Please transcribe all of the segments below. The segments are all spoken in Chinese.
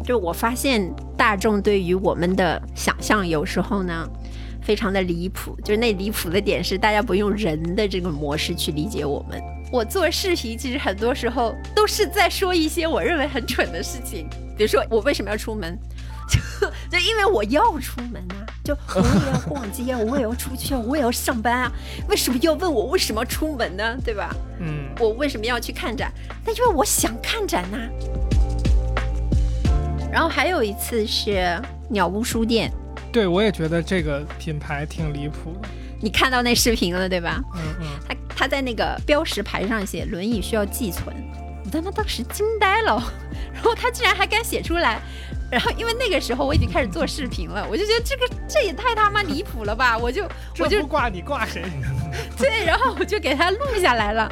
就我发现大众对于我们的想象有时候呢非常的离谱，就是那离谱的点是大家不用人的这个模式去理解我们。我做视频其实很多时候都是在说一些我认为很蠢的事情，比如说我为什么要出门，就因为我要出门啊，就我也要逛街啊，我也要出去啊，我也要上班啊，为什么要问我为什么要出门呢？对吧？我为什么要去看展？但因为我想看展啊。然后还有一次是鸟屋书店， 对，我也觉得这个品牌挺离谱的。 你看到那视频了对吧？他在那个标识牌上写轮椅需要寄存，我在那当时惊呆了，然后他竟然还敢写出来。然后因为那个时候我已经开始做视频了，我就觉得这也太他妈离谱了吧，我就不挂你挂谁？ 对，然后我就给他录下来了。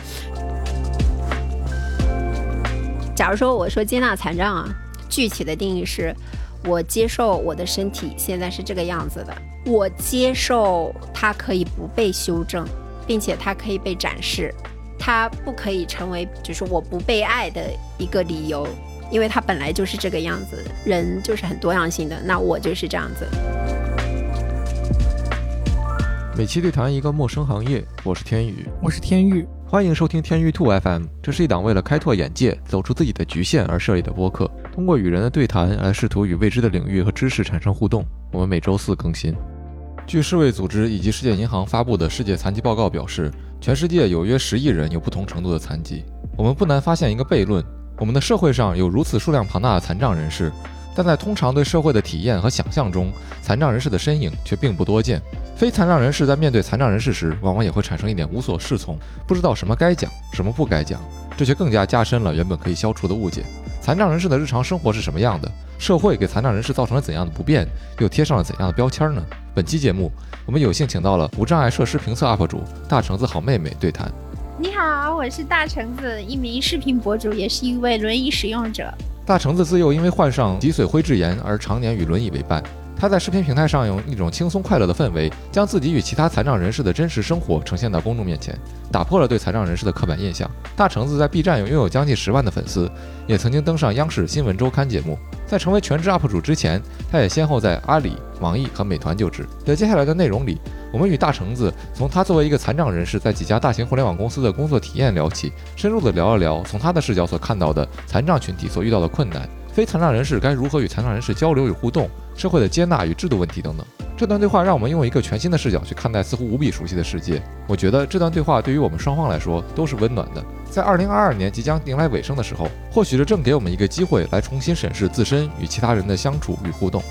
假如说我说接纳残障啊，具体的定义是我接受我的身体现在是这个样子的，我接受它可以不被修正，并且它可以被展示，它不可以成为就是我不被爱的一个理由，因为它本来就是这个样子，人就是很多样性的，那我就是这样子。 每期对谈一个陌生行业，我是天宇， 我是天宇， 欢迎收听天宇 2FM。 这是一档为了开拓眼界，走出自己的局限而设立的播客，通过与人的对谈来试图与未知的领域和知识产生互动。我们每周四更新。据世卫组织以及世界银行发布的世界残疾报告表示，全世界有约10亿人有不同程度的残疾。我们不难发现一个悖论，我们的社会上有如此数量庞大的残障人士，但在通常对社会的体验和想象中，残障人士的身影却并不多见。非残障人士在面对残障人士时，往往也会产生一点无所适从，不知道什么该讲，什么不该讲，这却更加加深了原本可以消除的误解。残障人士的日常生活是什么样的？社会给残障人士造成了怎样的不便，又贴上了怎样的标签呢？本期节目，我们有幸请到了无障碍设施评测 UP 主大橙子好妹妹对谈。 你好，我是大橙子，一名视频博主，也是一位轮椅使用者。 大橙子自幼因为患上脊髓灰质炎而常年与轮椅为伴。他在视频平台上用一种轻松快乐的氛围，将自己与其他残障人士的真实生活呈现到公众面前，打破了对残障人士的刻板印象。大橙子在 B 站拥有将近10万的粉丝，也曾经登上央视新闻周刊节目。在成为全职 UP 主之前，他也先后在阿里、网易和美团就职。在接下来的内容里，我们与大橙子从他作为一个残障人士在几家大型互联网公司的工作体验聊起，深入地聊一聊从他的视角所看到的残障群体所遇到的困难，非残障人士该如何与残障人士交流与互动，社会的接纳与制度问题等等。这段对话让我们用一个全新的视角去看待似乎无比熟悉的世界。我觉得这段对话对于我们双方来说都是温暖的。在2022年即将迎来尾声的时候，或许这正给我们一个机会来重新审视自身与其他人的相处与互动。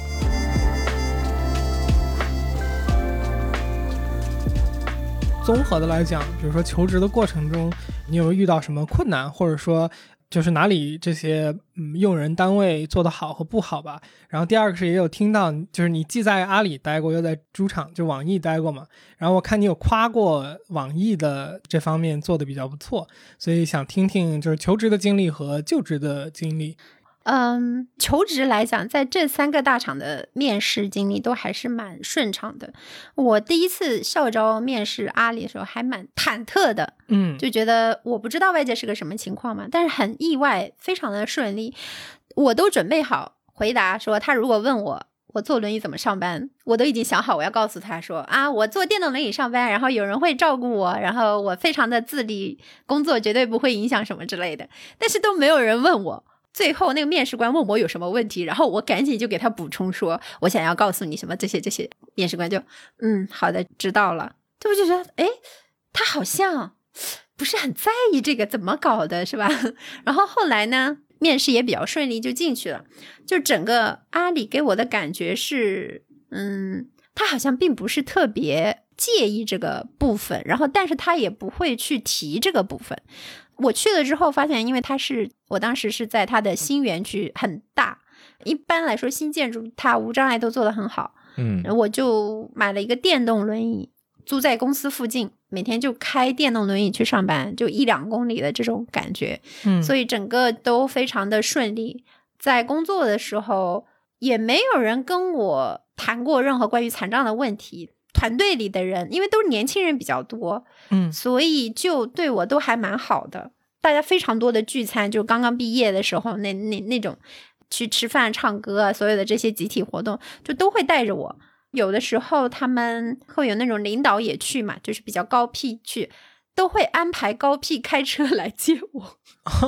综合的来讲，比如说求职的过程中，你有没有遇到什么困难，或者说就是哪里这些用人单位做得好和不好吧。然后第二个是也有听到，就是你既在阿里待过，又在猪场就网易待过嘛，然后我看你有夸过网易的这方面做得比较不错，所以想听听就是求职的经历和就职的经历。 求职来讲，在这3个大厂的面试经历都还是蛮顺畅的。我第一次校招面试阿里的时候还蛮忐忑的，就觉得我不知道外界是个什么情况嘛，但是很意外，非常的顺利。我都准备好回答说，他如果问我坐轮椅怎么上班，我都已经想好我要告诉他说啊，我坐电动轮椅上班，然后有人会照顾我，然后我非常的自理，工作绝对不会影响什么之类的，但是都没有人问我。最后那个面试官问我有什么问题，然后我赶紧就给他补充说我想要告诉你什么这些，面试官就好的知道了。就我就觉得他好像不是很在意这个怎么搞的是吧。然后后来呢面试也比较顺利就进去了。就整个阿里给我的感觉是他好像并不是特别介意这个部分，然后但是他也不会去提这个部分。我去了之后发现，因为我当时是在它的新园区，很大，一般来说新建筑它无障碍都做得很好，我就买了一个电动轮椅，租在公司附近，每天就开电动轮椅去上班，就1-2公里的这种感觉，所以整个都非常的顺利。在工作的时候也没有人跟我谈过任何关于残障的问题，团队里的人因为都是年轻人比较多，所以就对我都还蛮好的。大家非常多的聚餐，就刚刚毕业的时候那种去吃饭唱歌啊，所有的这些集体活动就都会带着我。有的时候他们会有那种领导也去嘛，就是比较高 P 去，都会安排高 P 开车来接我。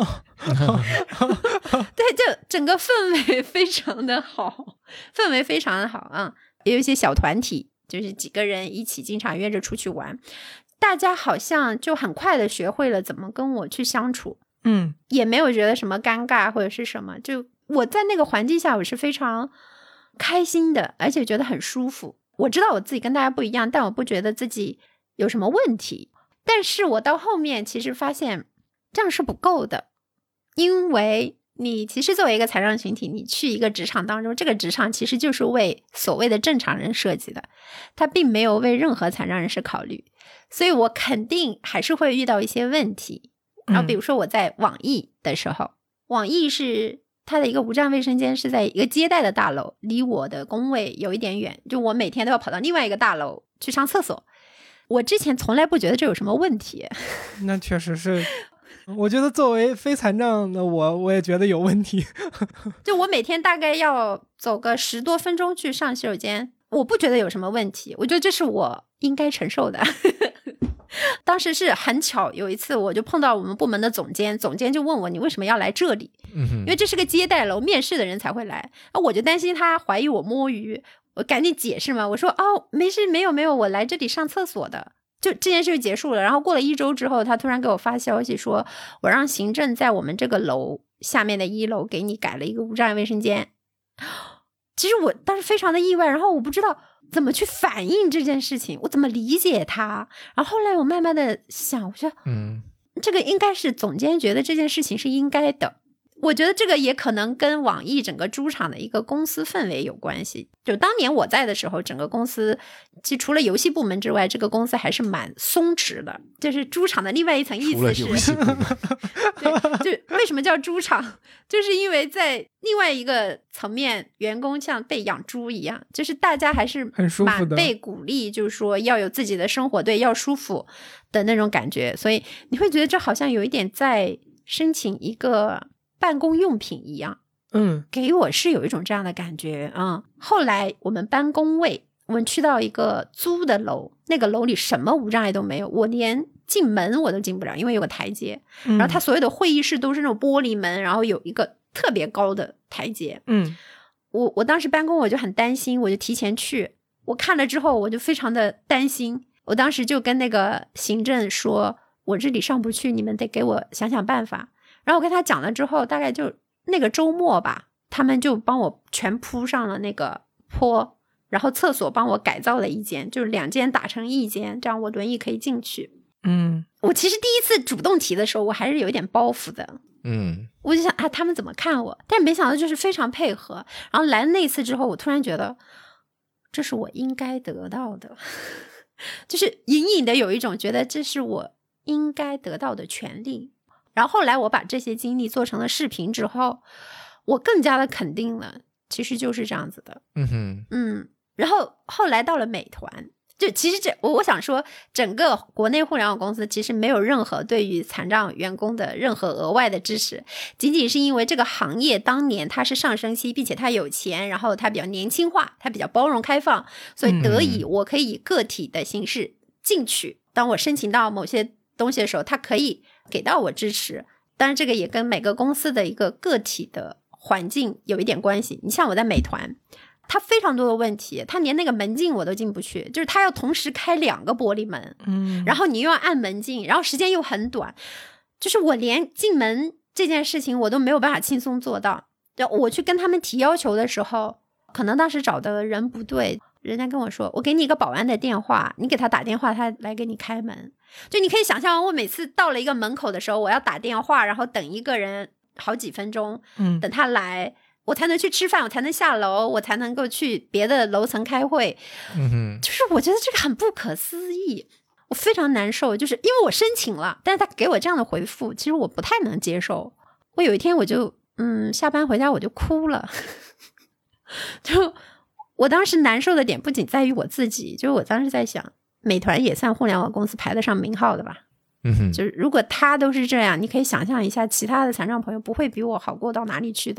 对，就整个氛围非常的好，氛围非常的好啊。也有一些小团体，就是几个人一起经常约着出去玩，大家好像就很快的学会了怎么跟我去相处，也没有觉得什么尴尬或者是什么，就我在那个环境下我是非常开心的，而且觉得很舒服。我知道我自己跟大家不一样，但我不觉得自己有什么问题。但是我到后面其实发现这样是不够的，因为你其实作为一个残障群体，你去一个职场当中，这个职场其实就是为所谓的正常人设计的，它并没有为任何残障人士考虑，所以我肯定还是会遇到一些问题。然后比如说我在网易的时候，网易是它的一个无障卫生间是在一个接待的大楼，离我的工位有一点远，就我每天都要跑到另外一个大楼去上厕所。我之前从来不觉得这有什么问题。 那确实是，我觉得作为非残障的我也觉得有问题。 就我每天大概要走个10多分钟去上洗手间，我不觉得有什么问题，我觉得这是我应该承受的。当时是很巧，有一次我就碰到我们部门的总监就问我，你为什么要来这里？因为这是个接待楼，面试的人才会来。我就担心他怀疑我摸鱼，我赶紧解释嘛，我说没事，没有，我来这里上厕所的。就这件事就结束了。然后过了1周之后，他突然给我发消息说，我让行政在我们这个楼下面的1楼给你改了一个无障碍卫生间。其实我当时非常的意外，然后我不知道怎么去反映这件事情，我怎么理解它。然后后来我慢慢的想，我说这个应该是总监觉得这件事情是应该的。我觉得这个也可能跟网易整个猪场的一个公司氛围有关系。就当年我在的时候，整个公司其实除了游戏部门之外，这个公司还是蛮松弛的。就是猪场的另外一层意思是，对，就为什么叫猪场，就是因为在另外一个层面，员工像被养猪一样，就是大家还是蛮被鼓励，就是说要有自己的生活，对，要舒服的那种感觉。所以你会觉得这好像有一点在申请一个办公用品一样，给我是有一种这样的感觉。后来我们搬工位，我们去到一个租的楼，那个楼里什么无障碍都没有，我连进门我都进不了，因为有个台阶，然后它所有的会议室都是那种玻璃门，然后有一个特别高的台阶。我当时搬工我就很担心，我就提前去，我看了之后我就非常的担心，我当时就跟那个行政说，我这里上不去，你们得给我想想办法。然后我跟他讲了之后，大概就那个周末吧，他们就帮我全铺上了那个坡，然后厕所帮我改造了1间，就是2间打成1间，这样我轮椅可以进去。我其实第一次主动提的时候，我还是有一点包袱的。我就想他们怎么看我，但是没想到就是非常配合。然后来了那一次之后，我突然觉得这是我应该得到的，就是隐隐的有一种觉得这是我应该得到的权利。然后后来我把这些经历做成了视频之后，我更加的肯定了其实就是这样子的。然后后来到了美团，就其实我想说，整个国内互联网公司其实没有任何对于残障员工的任何额外的支持，仅仅是因为这个行业当年它是上升期，并且它有钱，然后它比较年轻化，它比较包容开放，所以得以我可以以个体的形式进去。当我申请到某些东西的时候，它可以给到我支持。当然这个也跟每个公司的一个个体的环境有一点关系。你像我在美团，它非常多的问题，它连那个门禁我都进不去，就是它要同时开2个玻璃门，然后你又要按门禁，然后时间又很短，就是我连进门这件事情我都没有办法轻松做到。我去跟他们提要求的时候，可能当时找的人不对，人家跟我说，我给你一个保安的电话，你给他打电话，他来给你开门。就你可以想象，我每次到了一个门口的时候，我要打电话，然后等一个人好几分钟，等他来，我才能去吃饭，我才能下楼，我才能够去别的楼层开会。就是我觉得这个很不可思议，我非常难受，就是因为我申请了，但是他给我这样的回复，其实我不太能接受。我有一天我就下班回家我就哭了。就我当时难受的点不仅在于我自己，就是我当时在想，美团也算互联网公司排得上名号的吧。就是如果他都是这样，你可以想象一下其他的残障朋友不会比我好过到哪里去的。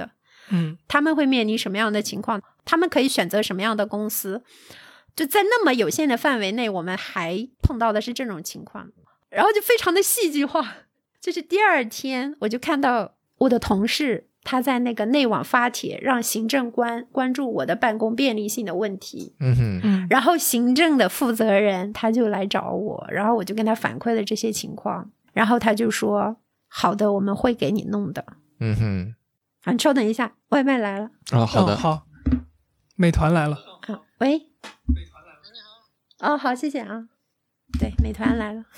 他们会面临什么样的情况，他们可以选择什么样的公司，就在那么有限的范围内，我们还碰到的是这种情况，然后就非常的戏剧化。就是第二天我就看到我的同事他在那个内网发帖，让行政官关注我的办公便利性的问题。然后行政的负责人他就来找我，然后我就跟他反馈了这些情况，然后他就说好的，我们会给你弄的。你稍等一下，外卖来了。 好的， 好，美团来了。 喂，美团来了，你好。好，谢谢啊。对，美团来了。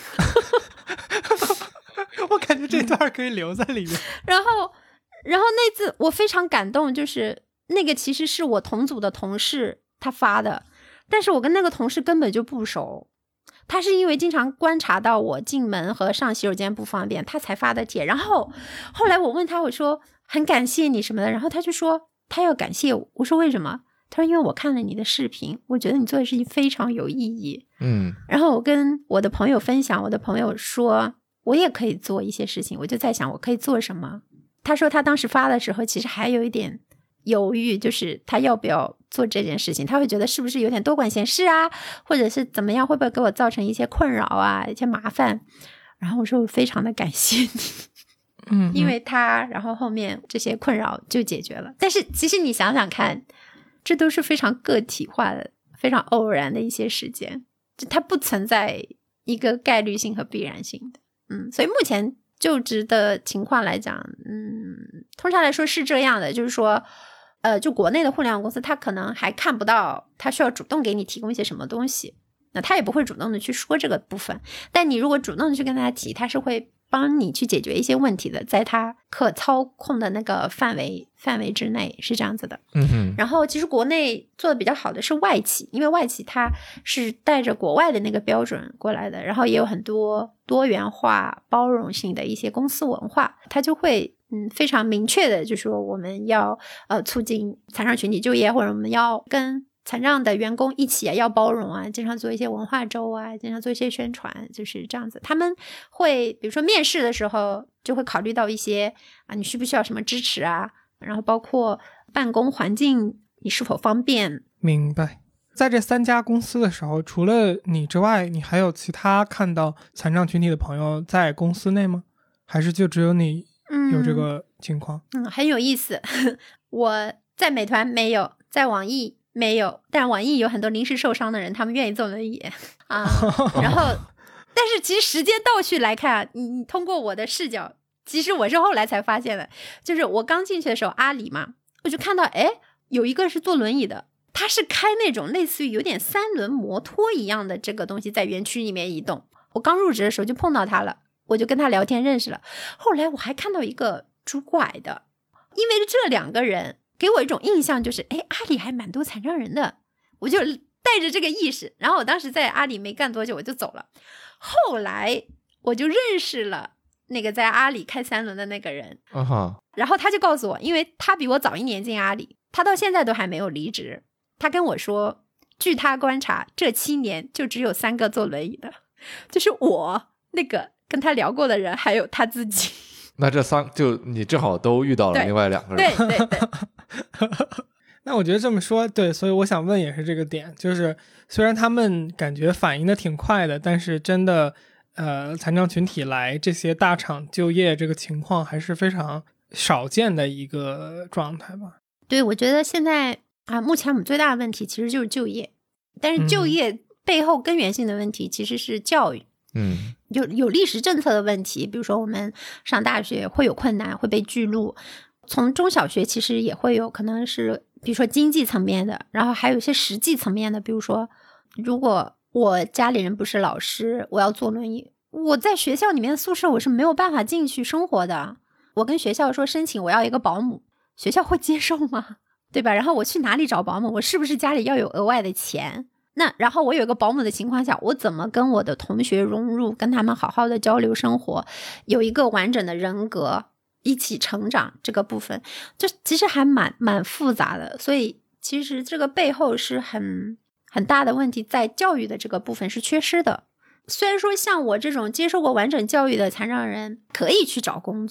我感觉这段可以留在里面。 然后那次我非常感动，就是那个其实是我同组的同事他发的，但是我跟那个同事根本就不熟，他是因为经常观察到我进门和上洗手间不方便，他才发的帖。然后后来我问他，我说很感谢你什么的，然后他就说他要感谢我。我说为什么？他说因为我看了你的视频，我觉得你做的事情非常有意义。然后我跟我的朋友分享，我的朋友说我也可以做一些事情，我就在想我可以做什么。他说他当时发的时候其实还有一点犹豫，就是他要不要做这件事情，他会觉得是不是有点多管闲事啊，或者是怎么样，会不会给我造成一些困扰啊，一些麻烦。然后我说我非常的感谢你，因为他然后后面这些困扰就解决了。但是其实你想想看，这都是非常个体化的非常偶然的一些事件，就它不存在一个概率性和必然性的。所以目前就职的情况来讲，通常来说是这样的，就是说就国内的互联网公司他可能还看不到他需要主动给你提供一些什么东西，那他也不会主动的去说这个部分，但你如果主动的去跟他提，他是会帮你去解决一些问题的，在他可操控的那个范围之内，是这样子的。然后其实国内做的比较好的是外企，因为外企它是带着国外的那个标准过来的，然后也有很多多元化包容性的一些公司文化，它就会非常明确的就说我们要促进残障群体就业，或者我们要跟残障的员工一起要包容啊，经常做一些文化周啊，经常做一些宣传，就是这样子。他们会比如说面试的时候就会考虑到一些你需不需要什么支持啊，然后包括办公环境你是否方便。 明白。在这3家公司的时候，除了你之外，你还有其他看到残障群体的朋友在公司内吗？还是就只有你有这个情况？ 很有意思。我在美团没有，在网易没有，但网易有很多临时受伤的人，他们愿意坐轮椅啊。然后但是其实时间倒叙来看，你通过我的视角，其实我是后来才发现的，就是我刚进去的时候阿里嘛，我就看到有一个是坐轮椅的，他是开那种类似于有点3轮摩托一样的这个东西在园区里面移动。我刚入职的时候就碰到他了，我就跟他聊天认识了。后来我还看到一个拄拐的，因为这2个人给我一种印象就是阿里还蛮多残障人的，我就带着这个意识，然后我当时在阿里没干多久我就走了。后来我就认识了那个在阿里开3轮的那个人，然后他就告诉我，因为他比我早1年进阿里，他到现在都还没有离职，他跟我说据他观察这7年就只有3个坐轮椅的，就是我那个跟他聊过的人还有他自己。 那这就你正好都遇到了另外2个人。 对那我觉得这么说对，所以我想问也是这个点，就是虽然他们感觉反应的挺快的，但是真的残障群体来这些大厂就业这个情况还是非常少见的一个状态吧。 对，我觉得现在目前我们最大的问题其实就是就业，但是就业背后根源性的问题其实是教育。有历史政策的问题，比如说我们上大学会有困难，会被拒录，从中小学其实也会有可能是比如说经济层面的，然后还有一些实际层面的，比如说如果我家里人不是老师，我要坐轮椅，我在学校里面的宿舍我是没有办法进去生活的，我跟学校说申请我要一个保姆，学校会接受吗？对吧？然后我去哪里找保姆？我是不是家里要有额外的钱？那然后我有一个保姆的情况下，我怎么跟我的同学融入，跟他们好好的交流生活，有一个完整的人格，一起成长，这个部分就其实还蛮复杂的。所以其实这个背后是很大的问题，在教育的这个部分是缺失的。虽然说像我这种接受过完整教育的残障人可以去找工作，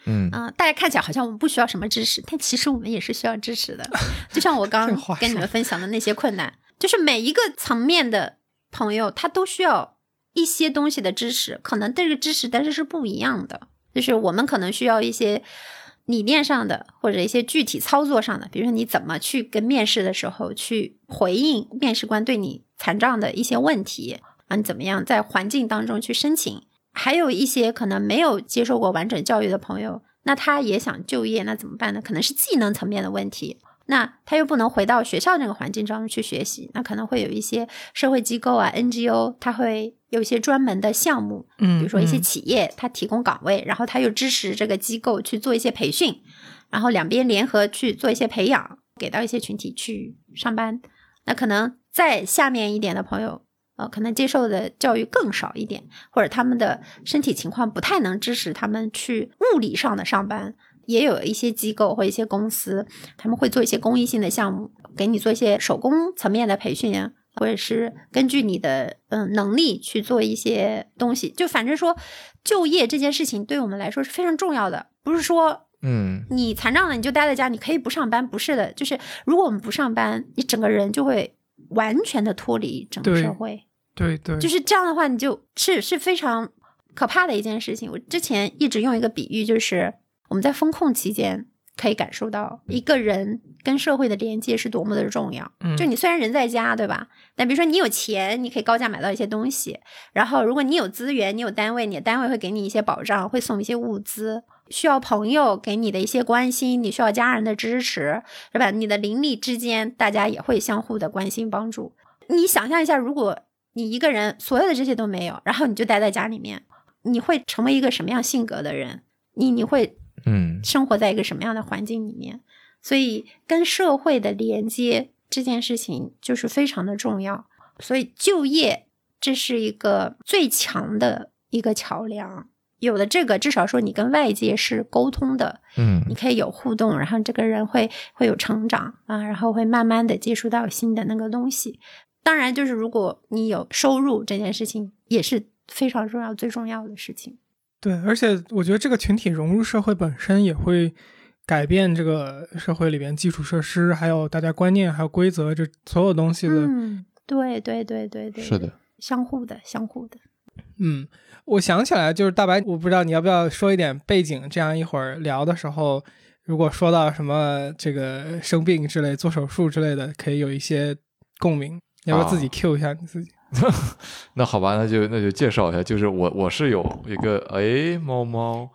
大家看起来好像我们不需要什么支持，但其实我们也是需要支持的。就像我刚刚跟你们分享的那些困难，就是每一个层面的朋友他都需要一些东西的支持，可能这个支持但是不一样的，就是我们可能需要一些理念上的或者一些具体操作上的，比如说你怎么去跟面试的时候去回应面试官对你残障的一些问题你怎么样在环境当中去申请。还有一些可能没有接受过完整教育的朋友，那他也想就业，那怎么办呢？可能是技能层面的问题，那他又不能回到学校那个环境中去学习，那可能会有一些社会机构NGO 他会有一些专门的项目，比如说一些企业他提供岗位，然后他又支持这个机构去做一些培训，然后两边联合去做一些培养，给到一些群体去上班。那可能再下面一点的朋友可能接受的教育更少一点，或者他们的身体情况不太能支持他们去物理上的上班，也有一些机构或一些公司他们会做一些公益性的项目，给你做一些手工层面的培训或者是根据你的能力去做一些东西。就反正说就业这件事情对我们来说是非常重要的，不是说你残障了你就待在家你可以不上班，不是的，就是如果我们不上班，你整个人就会完全的脱离整个社会。 对， 就是这样的话，你就是非常可怕的一件事情。我之前一直用一个比喻，就是我们在风控期间可以感受到一个人跟社会的连接是多么的重要。就你虽然人在家，对吧？但比如说你有钱，你可以高价买到一些东西，然后如果你有资源，你有单位，你的单位会给你一些保障，会送一些物资，需要朋友给你的一些关心，你需要家人的支持，是吧？你的邻里之间大家也会相互的关心帮助。你想象一下，如果你一个人所有的这些都没有，然后你就待在家里面，你会成为一个什么样性格的人？你会生活在一个什么样的环境里面？所以跟社会的连接这件事情就是非常的重要。所以就业这是一个最强的一个桥梁，有了这个至少说你跟外界是沟通的，你可以有互动，然后这个人会有成长然后会慢慢的接触到新的那个东西。当然就是如果你有收入这件事情也是非常重要最重要的事情。 对，而且我觉得这个群体融入社会本身也会改变这个社会里边基础设施还有大家观念还有规则这所有东西的对， 是的， 相互的我想起来就是大白，我不知道你要不要说一点背景，这样一会儿聊的时候如果说到什么这个生病之类做手术之类的可以有一些共鸣，要不要自己 Q 一下你自己那好吧，那就介绍一下，就是我是有一个猫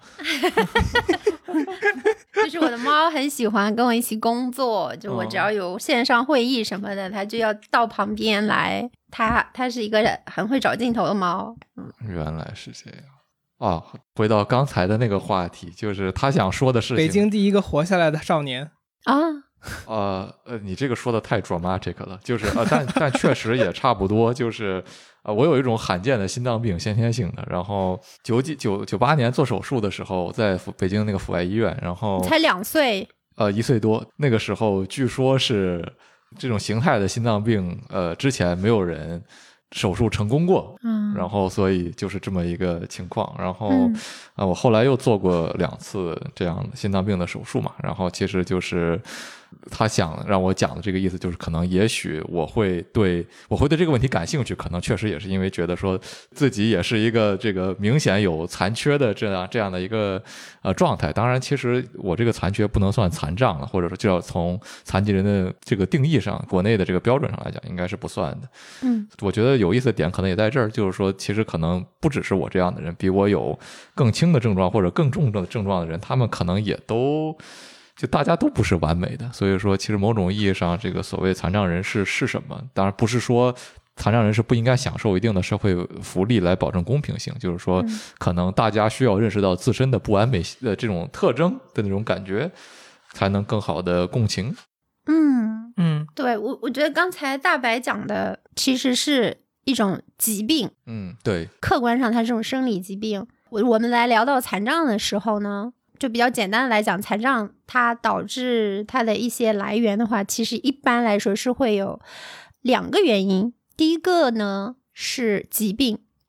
就是我的猫很喜欢跟我一起工作，就我只要有线上会议什么的它就要到旁边来，它是一个很会找镜头的猫。 原来是这样回到刚才的那个话题，就是他想说的事情， 北京第一个活下来的少年你这个说的太 dramatic 了，就是但确实也差不多，就是我有一种罕见的心脏病，先天性的，然后98年做手术的时候，在北京那个阜外医院，然后才2岁 ，1岁多，那个时候据说是这种形态的心脏病，之前没有人手术成功过，然后所以就是这么一个情况，然后我后来又做过2次这样的心脏病的手术嘛，然后其实就是他想让我讲的这个意思，就是可能也许我会对这个问题感兴趣，可能确实也是因为觉得说自己也是一个这个明显有残缺的这样的一个状态。当然其实我这个残缺不能算残障了，或者说就要从残疾人的这个定义上，国内的这个标准上来讲应该是不算的。我觉得有意思的点可能也在这儿，就是说其实可能不只是我这样的人，比我有更轻的症状或者更重的症状的人，他们可能也都就大家都不是完美的。所以说其实某种意义上这个所谓残障人士是什么，当然不是说残障人士不应该享受一定的社会福利来保证公平性，就是说可能大家需要认识到自身的不完美的这种特征的那种感觉，才能更好的共情。 对，我觉得刚才大白讲的其实是一种疾病， 对， 客观上它是种生理疾病。我们来聊到残障的时候呢，就比较简单的来讲，残障它导致它的一些来源的话，其实一般来说是会有2个原因。第一个呢是疾病，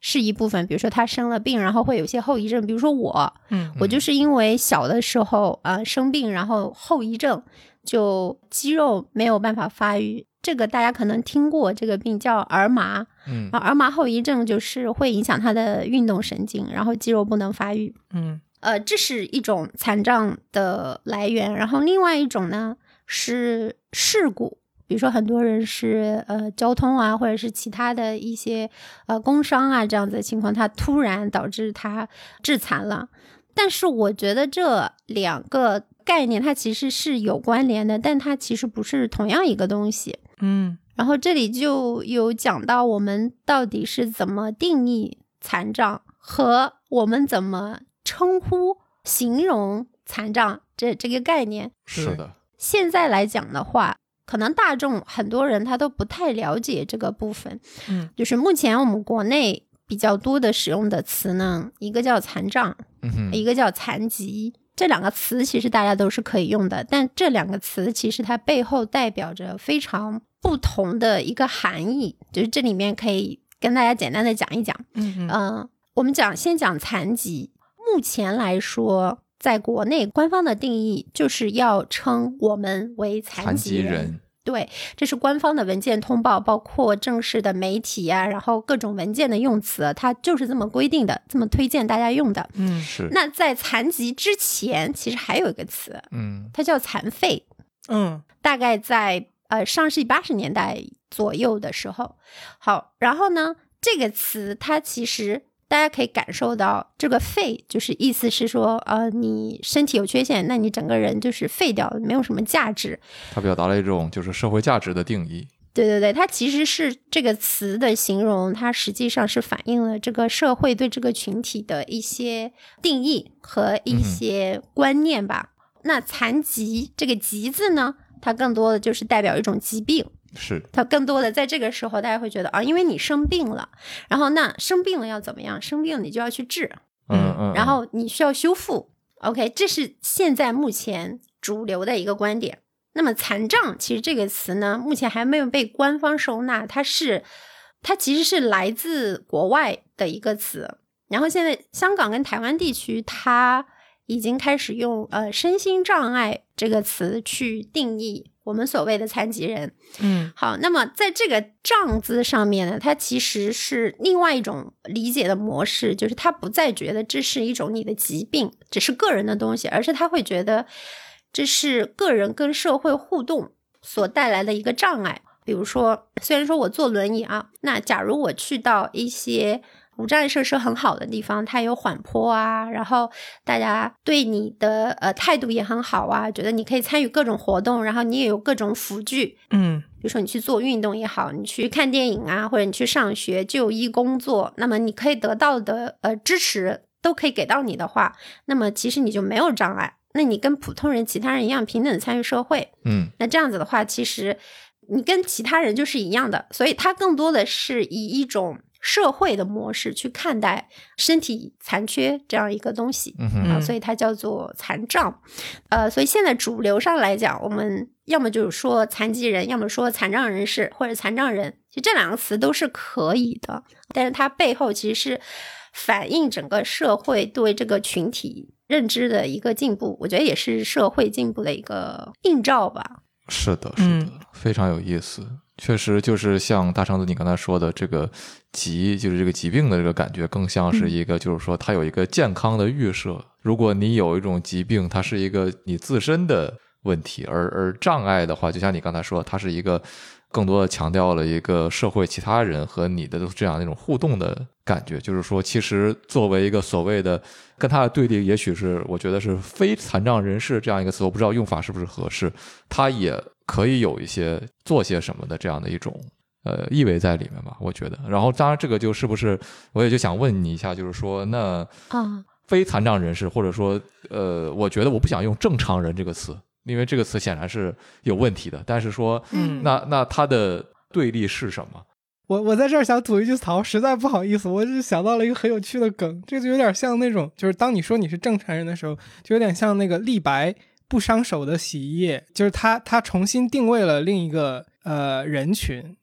是一部分，比如说他生了病，然后会有些后遗症，比如说我就是因为小的时候生病，然后后遗症就肌肉没有办法发育，这个大家可能听过，这个病叫儿麻。儿麻后遗症就是会影响他的运动神经，然后肌肉不能发育。这是一种残障的来源。然后另外一种呢是事故，比如说很多人是交通啊，或者是其他的一些工伤啊这样子的情况，它突然导致他致残了。但是我觉得这两个概念它其实是有关联的，但它其实不是同样一个东西。然后这里就有讲到我们到底是怎么定义残障，和我们怎么称呼形容残障这个概念。 是的， 现在来讲的话，可能大众很多人他都不太了解这个部分。就是目前我们国内比较多的使用的词呢，一个叫残障，一个叫残疾。这两个词其实大家都是可以用的，但这两个词其实它背后代表着非常不同的一个含义，就是这里面可以跟大家简单的讲一讲。我们先讲残疾。目前来说，在国内官方的定义就是要称我们为残疾人。对，这是官方的文件通报，包括正式的媒体啊，然后各种文件的用词，它就是这么规定的，这么推荐大家用的。 是。 那在残疾之前，其实还有一个词，它叫残废。大概在上世纪80年代左右的时候。好，然后呢，这个词它其实大家可以感受到，这个废就是意思是说你身体有缺陷，那你整个人就是废掉，没有什么价值。 它表达了一种就是社会价值的定义。 对对对，它其实是这个词的形容，它实际上是反映了这个社会对这个群体的一些定义和一些观念吧。那残疾这个疾字呢，它更多的就是代表一种疾病。 是， 它更多的在这个时候大家会觉得因为你生病了，然后那生病了要怎么样？生病你就要去治，然后你需要修复。OK， 这是现在目前主流的一个观点。那么残障其实这个词呢，目前还没有被官方收纳，它其实是来自国外的一个词。然后现在香港跟台湾地区它已经开始用身心障碍这个词去定义我们所谓的残疾人。好，那么在这个障字上面呢，它其实是另外一种理解的模式，就是他不再觉得这是一种你的疾病，只是个人的东西，而是他会觉得这是个人跟社会互动所带来的一个障碍。比如说，虽然说我坐轮椅那假如我去到一些无障碍设施很好的地方，它有缓坡啊，然后大家对你的态度也很好啊，觉得你可以参与各种活动，然后你也有各种辅具。比如说你去做运动也好，你去看电影啊，或者你去上学就医工作，那么你可以得到的支持都可以给到你的话，那么其实你就没有障碍，那你跟普通人其他人一样平等参与社会。那这样子的话，其实你跟其他人就是一样的，所以它更多的是以一种社会的模式去看待身体残缺这样一个东西。所以它叫做残障。所以现在主流上来讲，我们要么就是说残疾人，要么说残障人士或者残障人，其实这两个词都是可以的，但是它背后其实是反映整个社会对这个群体认知的一个进步，我觉得也是社会进步的一个映照吧。 是的，是的，非常有意思。确实就是像大橙子你刚才说的，这个就是这个疾病的这个感觉更像是一个就是说它有一个健康的预设，如果你有一种疾病，它是一个你自身的问题，而障碍的话就像你刚才说，它是一个更多的强调了一个社会其他人和你的这样一种互动的感觉。就是说其实作为一个所谓的跟它的对立，也许是我觉得是非残障人士这样一个词，我不知道用法是不是合适，它也可以有一些做些什么的这样的一种意味在里面吧，我觉得。然后当然这个就是不是我也就想问你一下，就是说那非残障人士，或者说我觉得我不想用正常人这个词，因为这个词显然是有问题的，但是说那它的对立是什么？ 我在这儿想吐一句槽，实在不好意思，我只是想到了一个很有趣的梗，这就有点像那种，就是当你说你是正常人的时候，就有点像那个立白不伤手的洗衣液，就是它重新定位了另一个人群，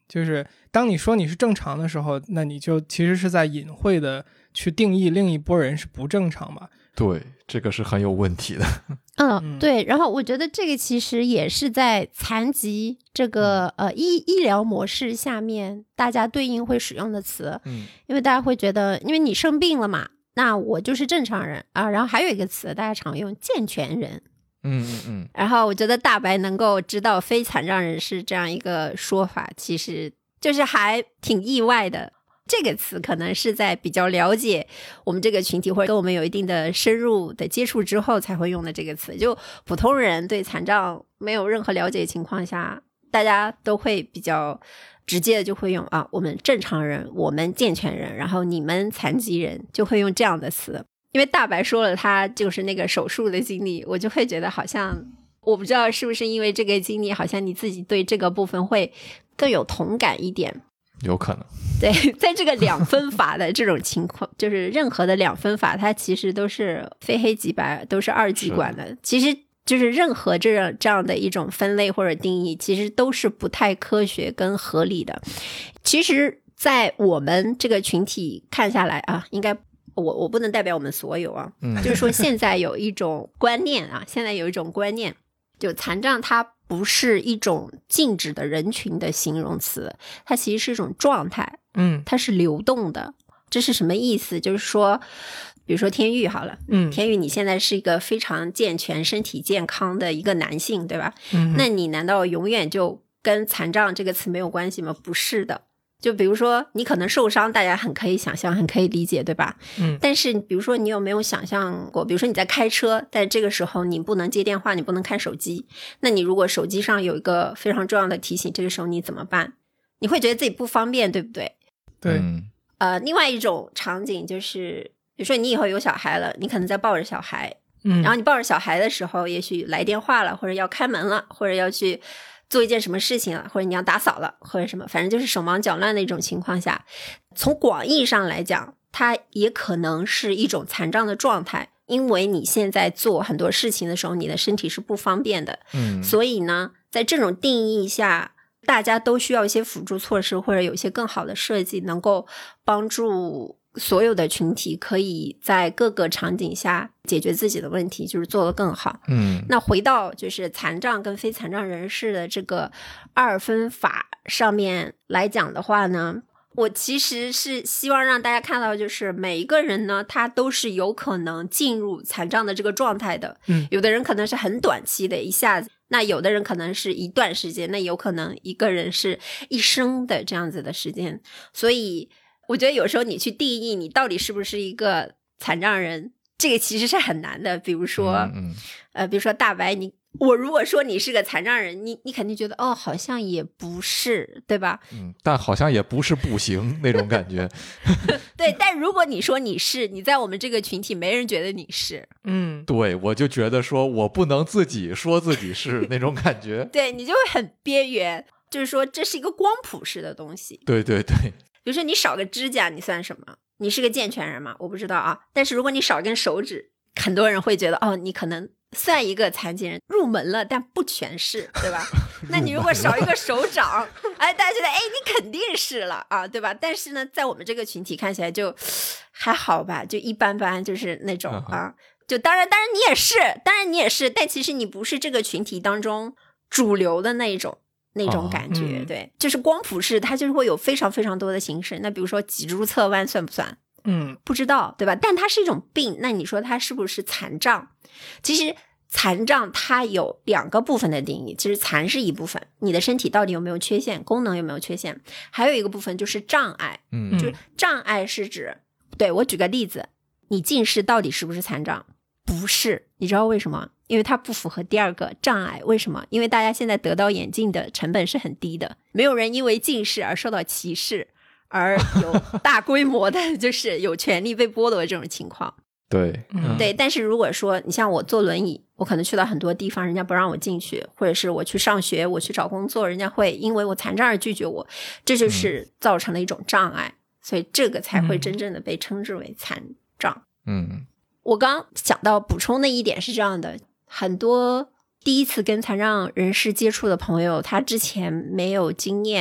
就是当你说你是正常的时候，那你就其实是在隐晦的去定义另一拨人是不正常嘛。 对，这个是很有问题的。 对，然后我觉得这个其实也是在残疾这个医疗模式下面大家对应会使用的词。因为大家会觉得因为你生病了嘛，那我就是正常人啊。然后还有一个词大家常用健全人。然后我觉得大白能够知道非残障人士这样一个说法，其实就是还挺意外的。这个词可能是在比较了解我们这个群体或者跟我们有一定的深入的接触之后才会用的这个词，就普通人对残障没有任何了解的情况下，大家都会比较直接的就会用我们正常人，我们健全人，然后你们残疾人，就会用这样的词。因为大白说了他就是那个手术的经历，我就会觉得好像我不知道是不是因为这个经历好像你自己对这个部分会更有同感一点。 有可能。 对，在这个两分法的这种情况，就是任何的两分法它其实都是非黑即白，都是二极管的。其实就是任何这样的一种分类或者定义其实都是不太科学跟合理的。其实在我们这个群体看下来应该我不能代表我们所有就是说现在有一种观念现在有一种观念，就残障它不是一种静止的人群的形容词，它其实是一种状态，它是流动的。这是什么意思？就是说比如说天玉好了，天玉你现在是一个非常健全身体健康的一个男性，对吧？那你难道永远就跟残障这个词没有关系吗？不是的。就比如说你可能受伤，大家很可以想象，很可以理解，对吧？但是比如说你有没有想象过，比如说你在开车，但这个时候你不能接电话，你不能看手机，那你如果手机上有一个非常重要的提醒，这个时候你怎么办？你会觉得自己不方便，对不对？ 对。 另外一种场景就是比如说你以后有小孩了，你可能在抱着小孩，然后你抱着小孩的时候也许来电话了，或者要开门了，或者要去做一件什么事情了，或者你要打扫了，或者什么，反正就是手忙脚乱的一种情况下，从广义上来讲它也可能是一种残障的状态，因为你现在做很多事情的时候你的身体是不方便的，所以呢在这种定义下大家都需要一些辅助措施，或者有一些更好的设计能够帮助所有的群体可以在各个场景下解决自己的问题，就是做得更好。那回到就是残障跟非残障人士的这个二分法上面来讲的话呢，我其实是希望让大家看到，就是每一个人呢他都是有可能进入残障的这个状态的。有的人可能是很短期的一下子，那有的人可能是一段时间，那有可能一个人是一生的这样子的时间。所以我觉得有时候你去定义你到底是不是一个残障人，这个其实是很难的。比如说比如说大白，我如果说你是个残障人，你肯定觉得好像也不是，对吧？ 但好像也不是不行那种感觉。 对，但如果你说你是，你在我们这个群体没人觉得你是。 对，我就觉得说我不能自己说自己是那种感觉。 对，你就会很边缘，就是说这是一个光谱式的东西。 对对对。 比如说你少个指甲你算什么？你是个健全人吗？我不知道但是如果你少一根手指，很多人会觉得你可能算一个残疾人，入门了但不全是，对吧？那你如果少一个手掌大家觉得你肯定是了对吧？但是呢在我们这个群体看起来就还好吧，就一般般，就是那种就当然你也是，但其实你不是这个群体当中主流的那种感觉。对，就是光谱式它就是会有非常非常多的形式。那比如说脊柱侧弯算不算？不知道，对吧？但它是一种病，那你说它是不是残障？其实残障它有两个部分的定义，其实残是一部分，你的身体到底有没有缺陷，功能有没有缺陷，还有一个部分就是障碍。就是障碍是指，对，我举个例子，你近视到底是不是残障？不是，你知道为什么？因为它不符合第二个障碍。为什么？因为大家现在得到眼镜的成本是很低的，没有人因为近视而受到歧视，而有大规模的就是有权利被剥夺这种情况。 对， 对。但是如果说你像我坐轮椅，我可能去到很多地方人家不让我进去，或者是我去上学，我去找工作，人家会因为我残障而拒绝我，这就是造成了一种障碍。所以这个才会真正的被称之为残障。我刚讲到补充的一点是这样的，很多第一次跟残障人士接触的朋友，他之前没有经验，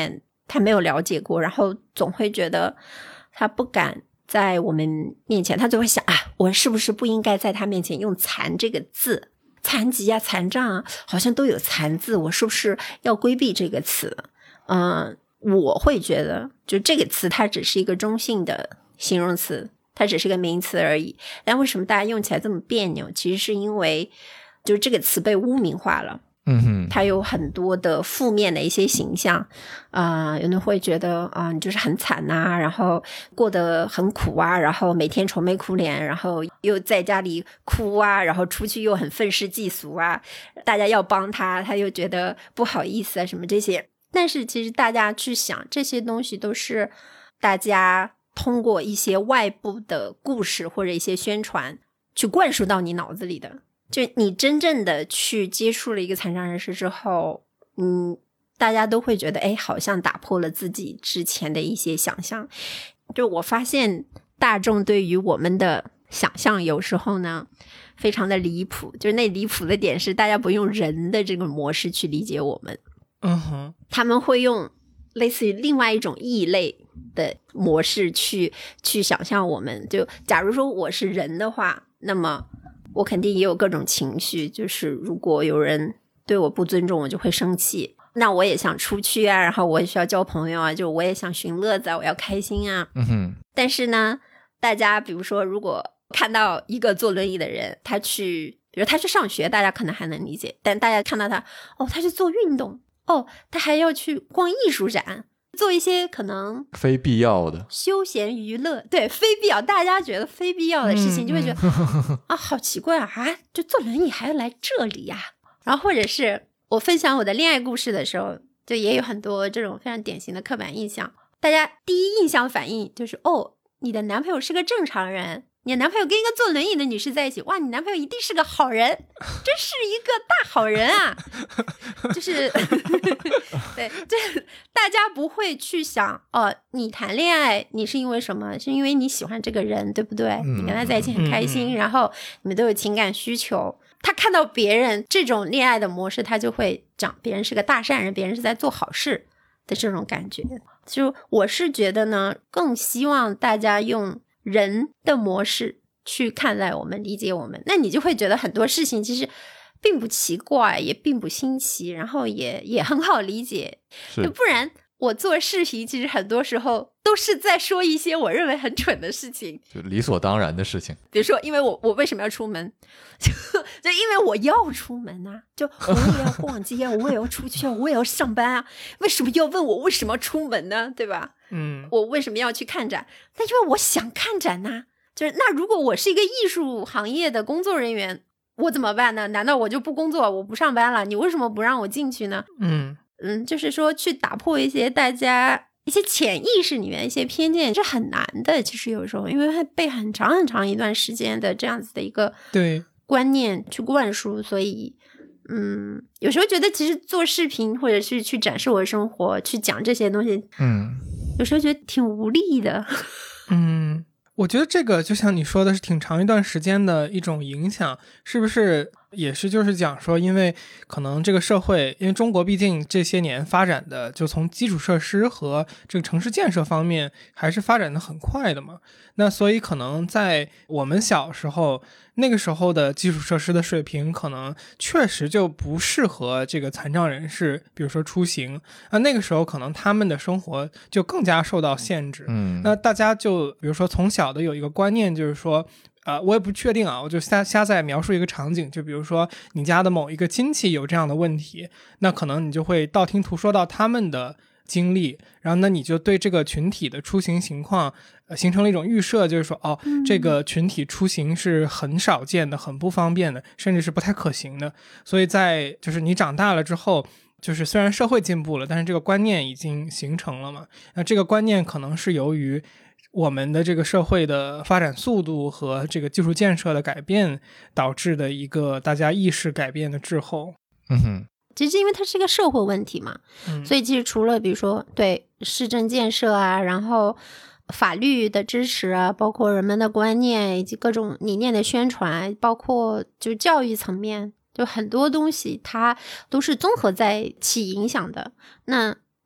他没有了解过，然后总会觉得他不敢在我们面前，他就会想啊，我是不是不应该在他面前用残这个字，残疾啊残障啊好像都有残字，我是不是要规避这个词。我会觉得就这个词它只是一个中性的形容词，它只是个名词而已，但为什么大家用起来这么别扭，其实是因为就是这个词被污名化了。它有很多的负面的一些形象，有人会觉得你就是很惨啊，然后过得很苦啊，然后每天愁眉苦脸，然后又在家里哭啊，然后出去又很愤世嫉俗啊，大家要帮他，他又觉得不好意思啊，什么这些。但是其实大家去想，这些东西都是大家通过一些外部的故事或者一些宣传去灌输到你脑子里的。就你真正的去接触了一个残障人士之后，大家都会觉得好像打破了自己之前的一些想象。就我发现大众对于我们的想象有时候呢非常的离谱，就是那离谱的点是大家不用人的这个模式去理解我们，他们会用类似于另外一种异类的模式去想象我们。就假如说我是人的话，那么我肯定也有各种情绪，就是如果有人对我不尊重，我就会生气，那我也想出去啊，然后我也需要交朋友啊，就我也想寻乐子啊，我要开心啊。但是呢，大家比如说如果看到一个坐轮椅的人，比如他去上学，大家可能还能理解，但大家看到他他去做运动，他还要去逛艺术展，做一些可能非必要的休闲娱乐，对，非必要，大家觉得非必要的事情就会觉得好奇怪啊，就坐轮椅还要来这里呀。然后或者是我分享我的恋爱故事的时候，就也有很多这种非常典型的刻板印象，大家第一印象反应就是你的男朋友是个正常人，你的男朋友跟一个坐轮椅的女士在一起，哇，你男朋友一定是个好人，真是一个大好人啊。就是对，就是大家不会去想你谈恋爱你是因为什么，是因为你喜欢这个人，对不对？你跟他在一起很开心，然后你们都有情感需求。他看到别人这种恋爱的模式，他就会讲别人是个大善人，别人是在做好事的这种感觉。就我是觉得呢，更希望大家用人的模式去看待我们，理解我们，那你就会觉得很多事情其实并不奇怪，也并不新奇，然后也很好理解。不然我做视频其实很多时候都是在说一些我认为很蠢的事情， 就理所当然的事情。 比如说因为我为什么要出门，就因为我要出门啊，就我也要逛街啊，我也要出去啊，我也要上班啊，为什么要问我为什么要出门呢？对吧？我为什么要去看展？那因为我想看展啊。就是那如果我是一个艺术行业的工作人员，我怎么办呢？难道我就不工作，我不上班了？你为什么不让我进去呢？就是说去打破一些大家一些潜意识里面一些偏见是很难的。其实有时候因为会被很长很长一段时间的这样子的一个观念去灌输，所以有时候觉得其实做视频或者是去展示我的生活，去讲这些东西，有时候觉得挺无力的。 我觉得这个就像你说的是挺长一段时间的一种影响，是不是也是就是讲说，因为可能这个社会，因为中国毕竟这些年发展的就从基础设施和这个城市建设方面还是发展的很快的嘛，那所以可能在我们小时候那个时候的基础设施的水平可能确实就不适合这个残障人士比如说出行，那个时候可能他们的生活就更加受到限制。那大家就比如说从小的有一个观念就是说我也不确定啊，我就瞎在描述一个场景，就比如说你家的某一个亲戚有这样的问题，那可能你就会道听途说到他们的经历，然后那你就对这个群体的出行情况形成了一种预设，就是说这个群体出行是很少见的，很不方便的，甚至是不太可行的。所以在就是你长大了之后，就是虽然社会进步了，但是这个观念已经形成了嘛，那这个观念可能是由于我们的这个社会的发展速度和这个技术建设的改变导致的一个大家意识改变的滞后。 其实因为它是一个社会问题嘛，所以其实除了比如说对市政建设啊，然后法律的支持啊，包括人们的观念以及各种理念的宣传，包括就教育层面，就很多东西它都是综合在起影响的。那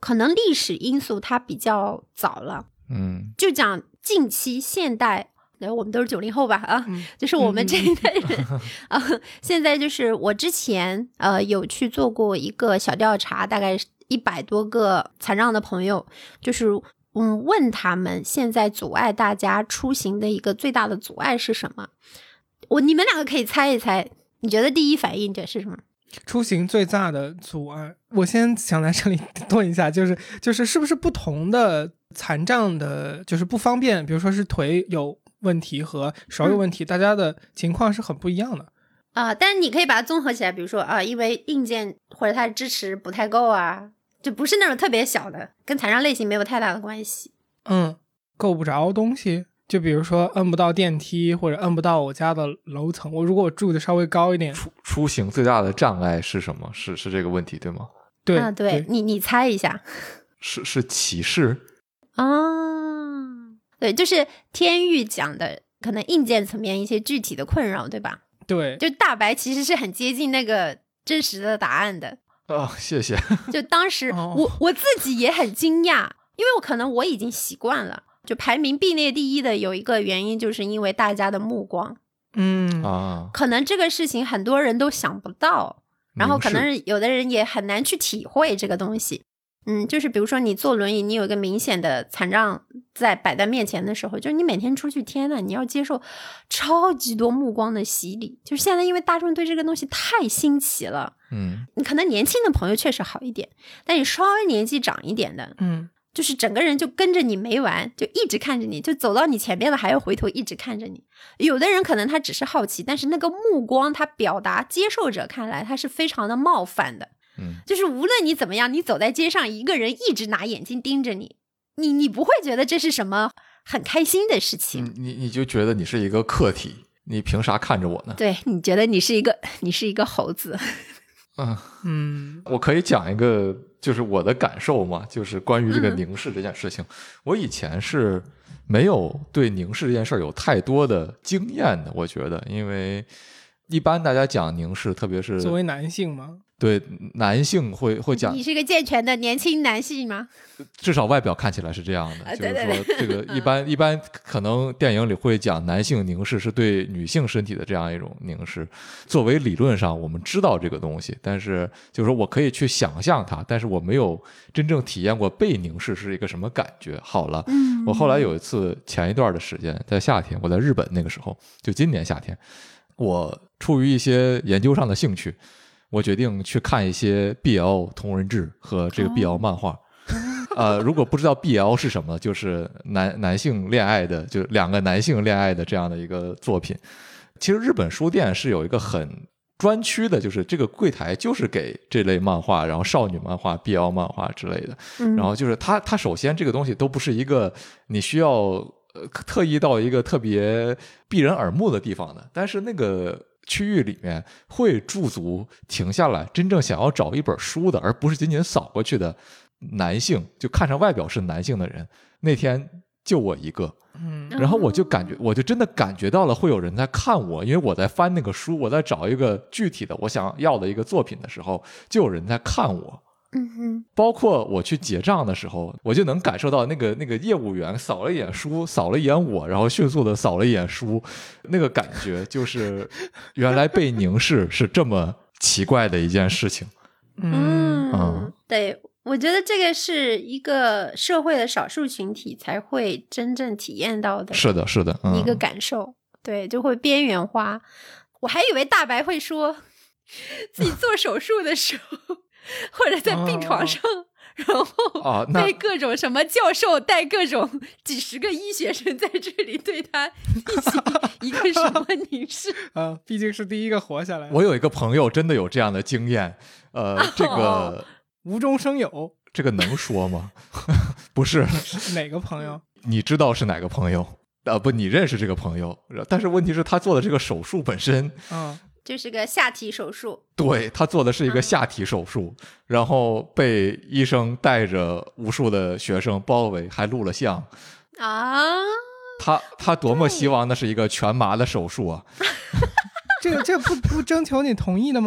可能历史因素它比较早了，就讲近期现代，我们都是90后吧啊，就是我们这一代人现在就是我之前有去做过一个小调查，大概100多个残障的朋友，就是问他们现在阻碍大家出行的一个最大的阻碍是什么？你们两个可以猜一猜，你觉得第一反应这是什么？ 出行最大的阻碍，我先想在这里问一下，就是是不是不同的残障的，就是不方便，比如说是腿有问题和手有问题，大家的情况是很不一样的但是你可以把它综合起来，比如说因为硬件或者它的支持不太够啊，就不是那种特别小的，跟残障类型没有太大的关系。 够不着东西，就比如说摁不到电梯或者摁不到我家的楼层，如果我住的稍微高一点。 出行最大的障碍是什么？是这个问题对吗？ 对对，你猜一下。 是歧视对，就是天域讲的可能硬件层面一些具体的困扰，对吧？ 对， 就大白其实是很接近那个真实的答案的。 谢谢。 就当时我自己也很惊讶，因为我已经习惯了。就排名并列第一的有一个原因，就是因为大家的目光。可能这个事情很多人都想不到，然后可能有的人也很难去体会这个东西。就是比如说你坐轮椅，你有一个明显的残障在摆在面前的时候，就是你每天出去，天呐，你要接受超级多目光的洗礼。就是现在因为大众对这个东西太新奇了，你可能年轻的朋友确实好一点，但你稍微年纪长一点的，就是整个人就跟着你没完，就一直看着你，就走到你前边了还要回头一直看着你。有的人可能他只是好奇，但是那个目光他表达接受者看来他是非常的冒犯的。就是无论你怎么样，你走在街上，一个人一直拿眼睛盯着你，你不会觉得这是什么很开心的事情。 你就觉得你是一个客体，你凭啥看着我呢？ 对，你觉得你是一个猴子。 我可以讲一个就是我的感受嘛，就是关于这个凝视这件事情。我以前是没有对凝视这件事有太多的经验的，我觉得，因为一般大家讲凝视，特别是作为男性吗？ 对，男性会讲。 你是一个健全的年轻男性吗？ 至少外表看起来是这样的，就是说这个一般可能电影里会讲男性凝视是对女性身体的这样一种凝视。作为理论上我们知道这个东西，但是就是说我可以去想象它，但是我没有真正体验过被凝视是一个什么感觉。好了，我后来有一次前一段的时间在夏天，我在日本那个时候，就今年夏天，我出于一些研究上的兴趣，我决定去看一些 BL 同人志和这个 BL 漫画。如果不知道 BL 是什么，就是男性恋爱的，就两个男性恋爱的这样的一个作品。其实日本书店是有一个很专区的，就是这个柜台就是给这类漫画，然后少女漫画、BL 漫画之类的。然后就是它首先这个东西都不是一个你需要特意到一个特别避人耳目的地方的，但是那个区域里面会驻足停下来，真正想要找一本书的，而不是仅仅扫过去的男性，就看上外表是男性的人，那天就我一个。然后我就真的感觉到了会有人在看我，因为我在翻那个书，我在找一个具体的我想要的一个作品的时候，就有人在看我。包括我去结账的时候，我就能感受到那个业务员扫了一眼书，扫了一眼我，然后迅速的扫了一眼书，那个感觉就是原来被凝视是这么奇怪的一件事情。 对，我觉得这个是一个社会的少数群体才会真正体验到的， 是的一个感受。对，就会边缘化。我还以为大白会说自己做手术的时候或者在病床上，然后被各种什么教授带各种几十个医学生在这里对他进行一个什么凝视。 毕竟是第一个活下来。 我有一个朋友真的有这样的经验，这个无中生有， 这个能说吗？不是哪个朋友？ 你知道是哪个朋友？不，你认识这个朋友，但是问题是他做的这个手术本身， 就是个下体手术。对， 他做的是一个下体手术，然后被医生带着无数的学生包围，还录了像啊。 他多么希望那是一个全麻的手术啊！ 这不征求你同意的吗？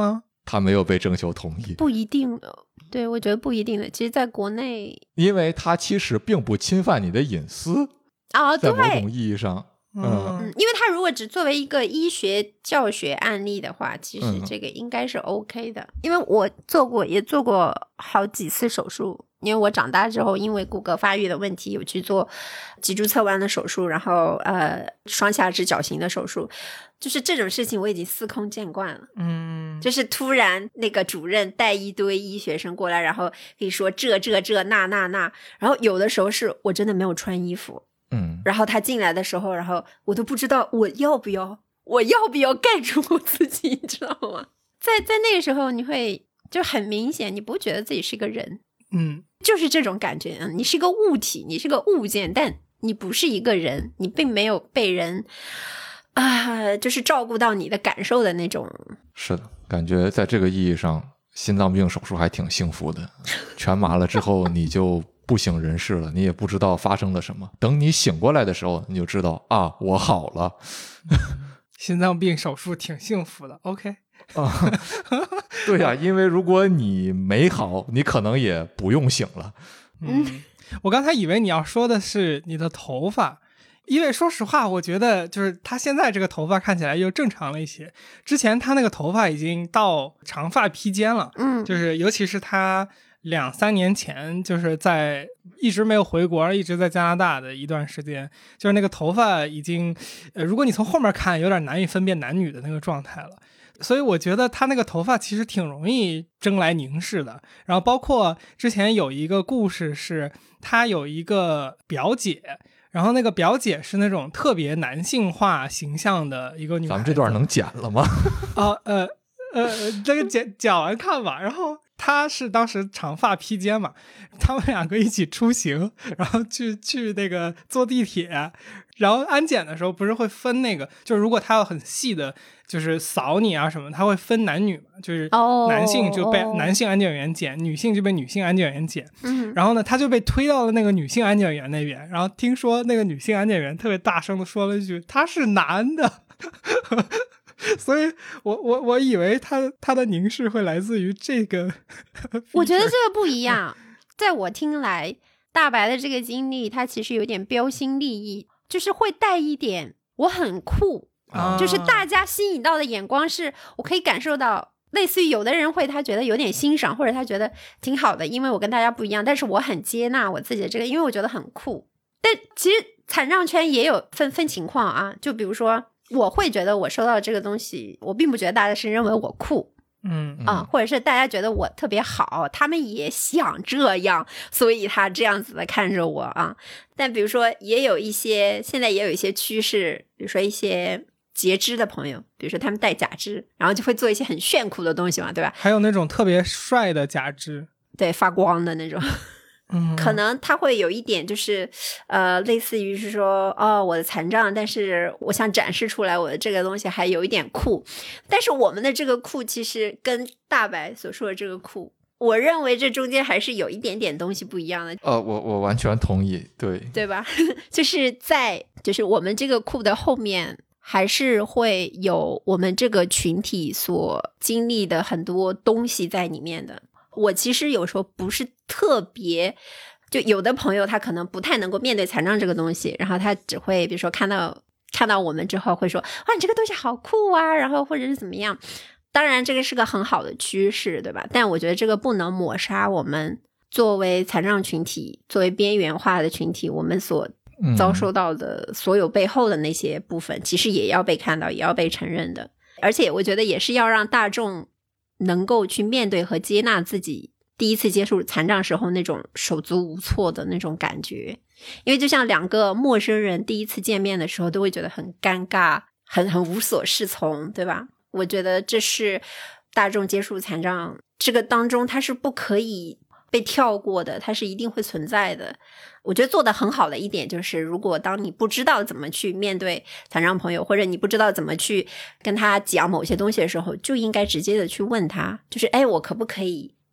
他没有被征求同意。 不一定的，对，我觉得不一定的。其实在国内， 因为他其实并不侵犯你的隐私啊， 在某种意义上。 因为他如果只作为一个医学教学案例的话，其实这个应该是 OK 的。因为我也做过好几次手术，因为我长大之后因为骨骼发育的问题有去做脊柱侧弯的手术，然后双下肢矫形的手术，就是这种事情我已经司空见惯了。就是突然那个主任带一堆医学生过来，然后可以说这那，然后有的时候是我真的没有穿衣服，然后他进来的时候，然后我都不知道我要不要盖住我自己，你知道吗？在那个时候你会就很明显，你不觉得自己是个人，就是这种感觉，你是个物体，你是个物件，但你不是一个人，你并没有被人就是照顾到你的感受的那种。是的， 感觉在这个意义上心脏病手术还挺幸福的，全麻了之后你就不省人事了，你也不知道发生了什么，等你醒过来的时候你就知道啊，我好了。 心脏病手术挺幸福的 OK 对呀，因为如果你没好你可能也不用醒了。 我刚才以为你要说的是你的头发，因为说实话我觉得就是他现在这个头发看起来又正常了一些，之前他那个头发已经到长发披肩了。就是尤其是他2-3年前就是在一直没有回国，一直在加拿大的一段时间，就是那个头发已经如果你从后面看有点难以分辨男女的那个状态了。所以我觉得他那个头发其实挺容易争来凝视的。然后包括之前有一个故事是他有一个表姐，然后那个表姐是那种特别男性化形象的一个女孩子。咱们这段能剪了吗？ 这个剪完看吧。然后她是当时长发披肩嘛，他们2个一起出行，然后去那个坐地铁，然后安检的时候不是会分那个，就是如果他要很细的就是扫你啊什么，他会分男女嘛，就是男性就被男性安检员检，女性就被女性安检员检。然后呢他就被推到了那个女性安检员那边，然后听说那个女性安检员特别大声的说了一句他是男的。所以我以为他的凝视会来自于这个。 我觉得这个不一样，在我听来大白的这个经历他其实有点标新立异，就是会带一点我很酷，就是大家吸引到的眼光是我可以感受到，类似于有的人会他觉得有点欣赏，或者他觉得挺好的，因为我跟大家不一样，但是我很接纳我自己的这个，因为我觉得很酷。但其实残障圈也有分情况啊，就比如说我会觉得我收到这个东西，我并不觉得大家是认为我酷，或者是大家觉得我特别好，他们也想这样，所以他这样子的看着我啊。但比如说现在也有一些趋势，比如说一些截肢的朋友，比如说他们戴假肢，然后就会做一些很炫酷的东西嘛，对吧？ 还有那种特别帅的假肢， 对，发光的那种。可能他会有一点就是类似于是说我的残障，但是我想展示出来我的这个东西还有一点酷。但是我们的这个酷其实跟大白所说的这个酷，我认为这中间还是有一点点东西不一样的。 我完全同意，对吧？就是我们这个酷的后面还是会有我们这个群体所经历的很多东西在里面的。我其实有时候不是特别，就有的朋友他可能不太能够面对残障这个东西，然后他只会比如说看到我们之后会说哇你这个东西好酷啊，然后或者是怎么样。当然这个是个很好的趋势，对吧？但我觉得这个不能抹杀我们作为残障群体，作为边缘化的群体，我们所遭受到的所有背后的那些部分，其实也要被看到，也要被承认的。而且我觉得也是要让大众能够去面对和接纳自己第一次接触残障时候那种手足无措的那种感觉。因为就像2个陌生人第一次见面的时候都会觉得很尴尬，很无所适从，对吧？我觉得这是大众接触残障这个当中它是不可以被跳过的，它是一定会存在的。我觉得做得很好的一点就是，如果当你不知道怎么去面对残障朋友，或者你不知道怎么去跟他讲某些东西的时候，就应该直接的去问他，就是我可不可以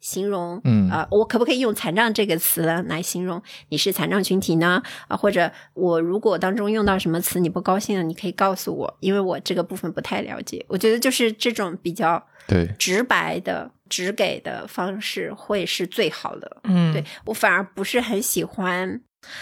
形容我可不可以用残障这个词来形容你是残障群体呢？或者我如果当中用到什么词你不高兴了，你可以告诉我，因为我这个部分不太了解。我觉得就是这种比较直白的直给的方式会是最好的。对，我反而不是很喜欢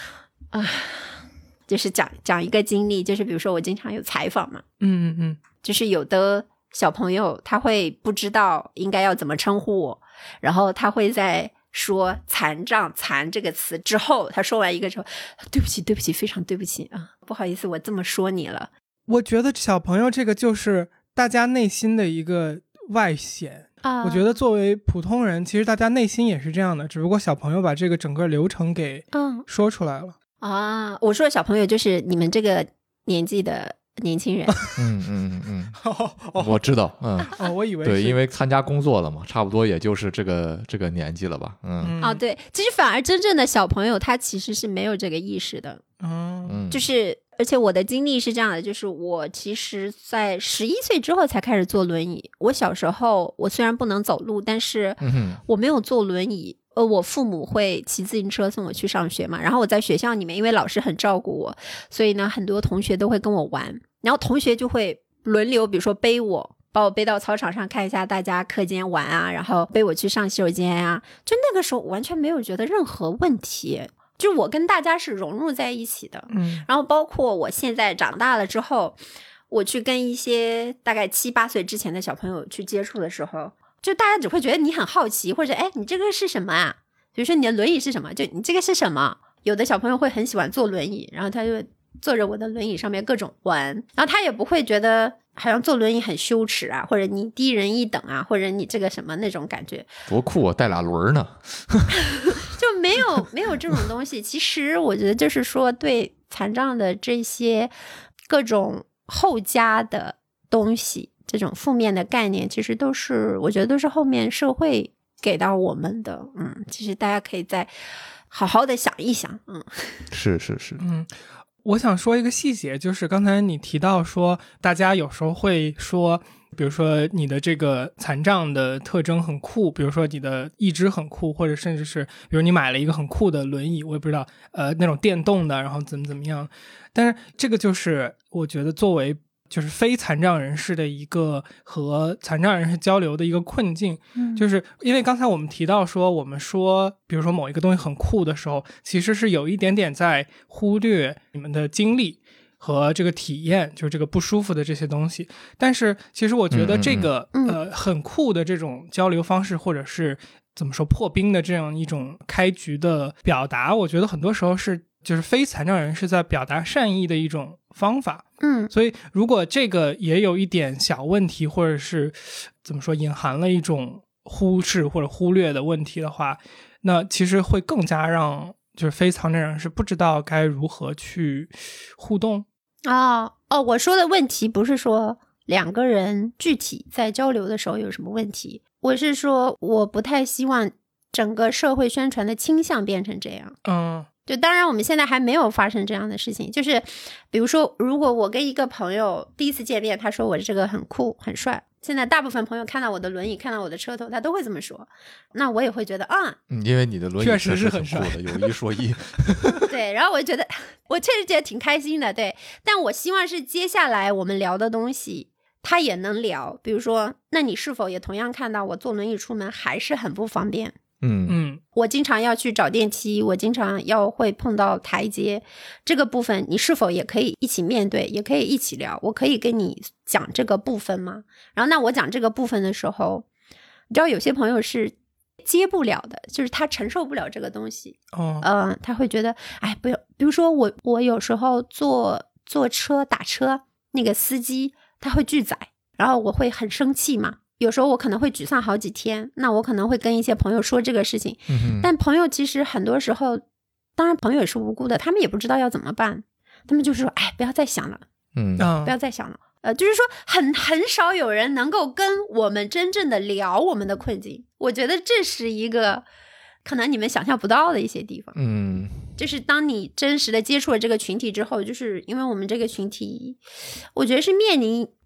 就是讲一个经历，就是比如说我经常有采访嘛，就是有的小朋友他会不知道应该要怎么称呼我，然后他会在说残障残这个词之后，他说完一个之后，对不起非常对不起啊，不好意思我这么说你了。 我觉得小朋友这个就是大家内心的一个外显我觉得作为普通人其实大家内心也是这样的，只不过小朋友把这个整个流程给说出来了我说的小朋友就是你们这个年纪的年轻人。 我知道我以为对，因为参加工作了嘛，差不多也就是这个年纪了吧。 对，其实反而真正的小朋友他其实是没有这个意识的。就是而且我的经历是这样的，就是我其实在11岁之后才开始坐轮椅。我小时候我虽然不能走路，但是我没有坐轮椅，我父母会骑自行车送我去上学嘛，然后我在学校里面因为老师很照顾我，所以呢很多同学都会跟我玩，然后同学就会轮流比如说把我背到操场上看一下大家课间玩啊，然后背我去上洗手间啊，就那个时候完全没有觉得任何问题，就我跟大家是融入在一起的。然后包括我现在长大了之后，我去跟一些大概7、8岁之前的小朋友去接触的时候，就大家只会觉得你很好奇，或者你这个是什么啊？比如说你的轮椅是什么？就你这个是什么？有的小朋友会很喜欢坐轮椅，然后他就坐着我的轮椅上面各种玩，然后他也不会觉得好像坐轮椅很羞耻啊，或者你低人一等啊，或者你这个什么那种感觉。 多酷啊，带俩轮呢。 就没有这种东西。其实我觉得就是说对残障的这些各种后加的东西，这种负面的概念，其实都是我觉得都是后面社会给到我们的。其实大家可以再好好的想一想。 是我想说一个细节，就是刚才你提到说大家有时候会说比如说你的这个残障的特征很酷，比如说你的义肢很酷，或者甚至是比如你买了一个很酷的轮椅，我也不知道那种电动的，然后怎么样。但是这个就是我觉得作为就是非残障人士的一个和残障人士交流的一个困境。就是因为刚才我们提到说我们说比如说某一个东西很酷的时候，其实是有一点点在忽略你们的经历和这个体验，就是这个不舒服的这些东西。但是其实我觉得这个很酷的这种交流方式，或者是怎么说破冰的这样一种开局的表达，我觉得很多时候是就是非残障人士在表达善意的一种方法。所以如果这个也有一点小问题，或者是怎么说隐含了一种忽视或者忽略的问题的话，那其实会更加让就是非残障人士不知道该如何去互动。 我说的问题不是说两个人具体在交流的时候有什么问题，我是说我不太希望整个社会宣传的倾向变成这样。就当然我们现在还没有发生这样的事情，就是比如说如果我跟一个朋友第一次见面，他说我这个很酷很帅，现在大部分朋友看到我的轮椅看到我的车头他都会这么说，那我也会觉得因为你的轮椅确实是很酷的，有一说一。 对，然后我觉得我确实觉得挺开心的。对，但我希望是接下来我们聊的东西他也能聊，比如说那你是否也同样看到我坐轮椅出门还是很不方便。我经常要去找电梯，我经常要会碰到台阶，这个部分你是否也可以一起面对，也可以一起聊，我可以跟你讲这个部分吗？然后那我讲这个部分的时候，你知道有些朋友是接不了的，就是他承受不了这个东西。他会觉得不要，比如说我有时候坐车打车，那个司机他会拒载，然后我会很生气嘛，有时候我可能会沮丧好几天，那我可能会跟一些朋友说这个事情。但朋友其实很多时候，当然朋友也是无辜的，他们也不知道要怎么办，他们就是说不要再想了。不要再想了。就是说很少有人能够跟我们真正的聊我们的困境，我觉得这是一个可能你们想象不到的一些地方。就是当你真实的接触了这个群体之后，就是因为我们这个群体我觉得是面临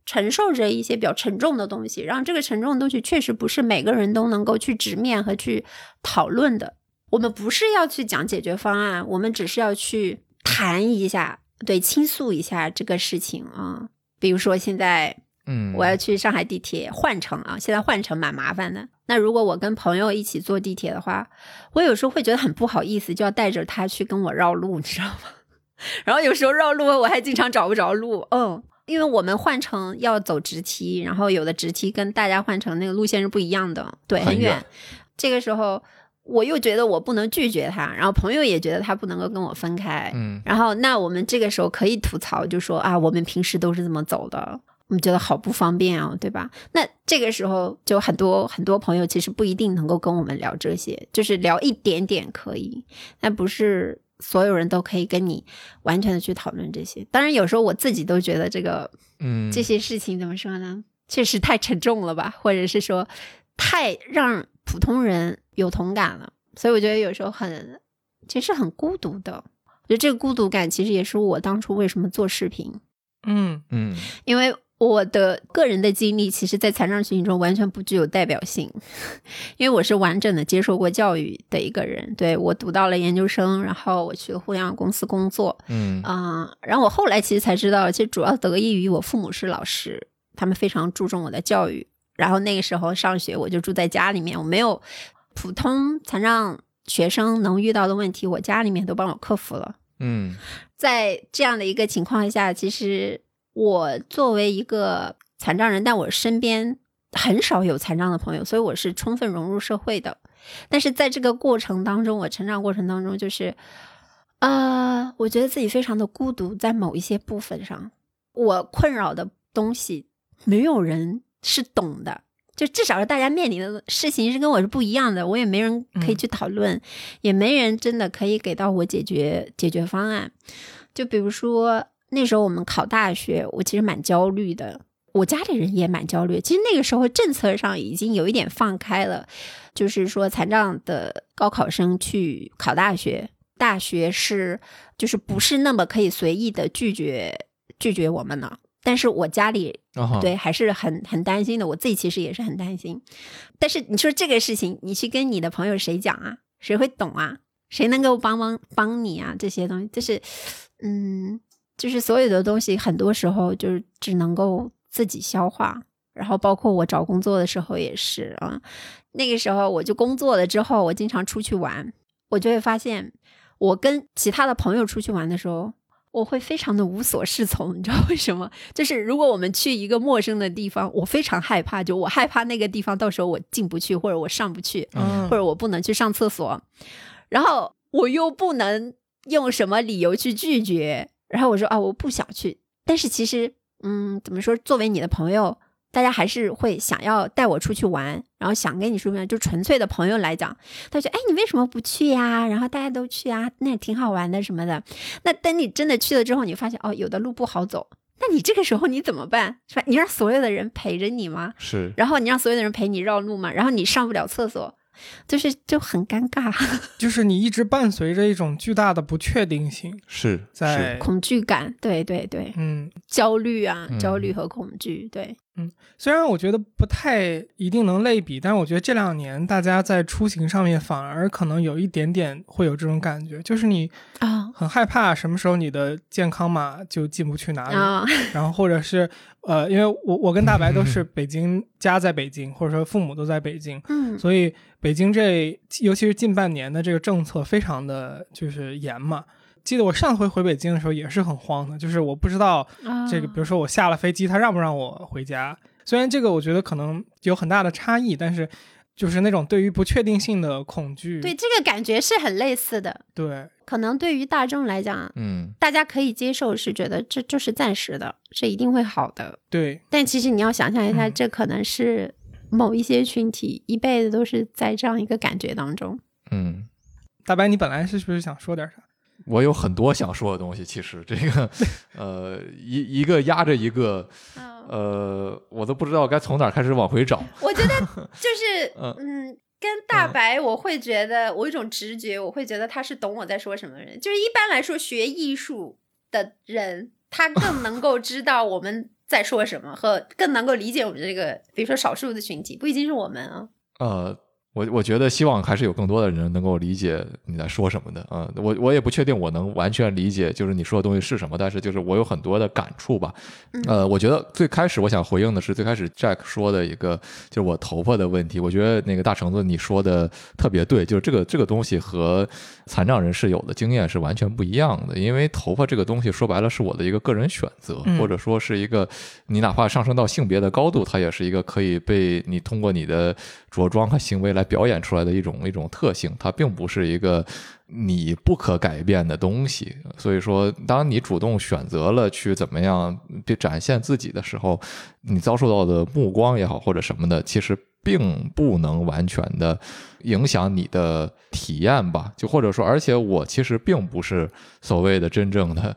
承受着一些比较沉重的东西，然后这个沉重的东西确实不是每个人都能够去直面和去讨论的。我们不是要去讲解决方案，我们只是要去谈一下，对，倾诉一下这个事情啊。比如说现在我要去上海地铁换乘啊，现在换乘蛮麻烦的。那如果我跟朋友一起坐地铁的话，我有时候会觉得很不好意思，就要带着他去跟我绕路，你知道吗？然后有时候绕路我还经常找不着路，因为我们换乘要走直梯，然后有的直梯跟大家换乘那个路线是不一样的，对，很远。这个时候我又觉得我不能拒绝他，然后朋友也觉得他不能够跟我分开，然后那我们这个时候可以吐槽，就说啊，我们平时都是这么走的，我们觉得好不方便啊，对吧？那这个时候就很多朋友其实不一定能够跟我们聊这些，就是聊一点点可以，但不是所有人都可以跟你完全的去讨论这些。当然有时候我自己都觉得这个这些事情怎么说呢，确实太沉重了吧，或者是说太让普通人有同感了，所以我觉得有时候其实很孤独的。我觉得这个孤独感其实也是我当初为什么做视频，因为我的个人的经历其实在残障群体中完全不具有代表性，因为我是完整的接受过教育的一个人，对，我读到了研究生，然后我去了互联网公司工作，然后我后来其实才知道，其实主要得益于我父母是老师，他们非常注重我的教育，然后那个时候上学我就住在家里面，我没有普通残障学生能遇到的问题，我家里面都帮我克服了。在这样的一个情况下，其实我作为一个残障人，但我身边很少有残障的朋友，所以我是充分融入社会的。但是在这个过程当中，我成长过程当中，就是我觉得自己非常的孤独，在某一些部分上，我困扰的东西没有人是懂的，就至少是大家面临的事情是跟我是不一样的，我也没人可以去讨论，也没人真的可以给到我解决方案。就比如说那时候我们考大学，我其实蛮焦虑的，我家里人也蛮焦虑。其实那个时候政策上已经有一点放开了，就是说残障的高考生去考大学，大学是就是不是那么可以随意的拒绝我们呢。但是我家里对还是很担心的，我自己其实也是很担心。但是你说这个事情，你去跟你的朋友谁讲啊？谁会懂啊？谁能够帮你啊？这些东西就是就是所有的东西很多时候就是只能够自己消化。然后包括我找工作的时候也是那个时候我就工作了之后，我经常出去玩，我就会发现我跟其他的朋友出去玩的时候，我会非常的无所适从。你知道为什么？就是如果我们去一个陌生的地方，我非常害怕，就我害怕那个地方到时候我进不去，或者我上不去，或者我不能去上厕所，然后我又不能用什么理由去拒绝，然后我说我不想去。但是其实怎么说，作为你的朋友，大家还是会想要带我出去玩，然后想跟你说，就纯粹的朋友来讲，他就你为什么不去呀？然后大家都去啊，那也挺好玩的什么的。那等你真的去了之后，你发现有的路不好走，那你这个时候你怎么办？是吧？你让所有的人陪着你吗？ 是。 然后你让所有的人陪你绕路吗？然后你上不了厕所，就很尴尬。 就是你一直伴随着一种巨大的不确定性， 是在恐惧感，对对对，焦虑啊，焦虑和恐惧，对。 虽然我觉得不太一定能类比，但是我觉得这2年大家在出行上面反而可能有一点点会有这种感觉，就是你很害怕什么时候你的健康码就进不去哪里，然后或者是因为我跟大白都是北京家在北京，或者说父母都在北京，所以北京尤其是近半年的这个政策非常的就是严嘛。记得我上回回北京的时候也是很慌的，就是我不知道这个比如说我下了飞机他让不让我回家。虽然这个我觉得可能有很大的差异，但是就是那种对于不确定性的恐惧， 对，这个感觉是很类似的。 对， 可能对于大众来讲大家可以接受，是觉得这就是暂时的，是一定会好的。 对， 但其实你要想象一下这可能是某一些群体一辈子都是在这样一个感觉当中。 大白你本来是不是想说点啥？ 我有很多想说的东西，其实这个一个压着一个我都不知道该从哪开始往回找。 我觉得就是跟大白我会觉得我有一种直觉，我会觉得他是懂我在说什么的人。就是一般来说学艺术的人他更能够知道我们在说什么，和更能够理解我们这个比如说少数的群体，不一定是我们啊。 我觉得希望还是有更多的人能够理解你在说什么的我也不确定我能完全理解就是你说的东西是什么，但是就是我有很多的感触吧。我觉得最开始我想回应的是最开始 Jack 说的一个就是我头发的问题，我觉得那个大橙子你说的特别对，就是这个东西和残障人士有的经验是完全不一样的，因为头发这个东西说白了是我的一个个人选择，或者说是一个你哪怕上升到性别的高度，它也是一个可以被你通过你的着装和行为来表演出来的一种特性，它并不是一个你不可改变的东西。所以说当你主动选择了去怎么样展现自己的时候，你遭受到的目光也好或者什么的，其实并不能完全的影响你的体验吧。就或者说，而且我其实并不是所谓的真正的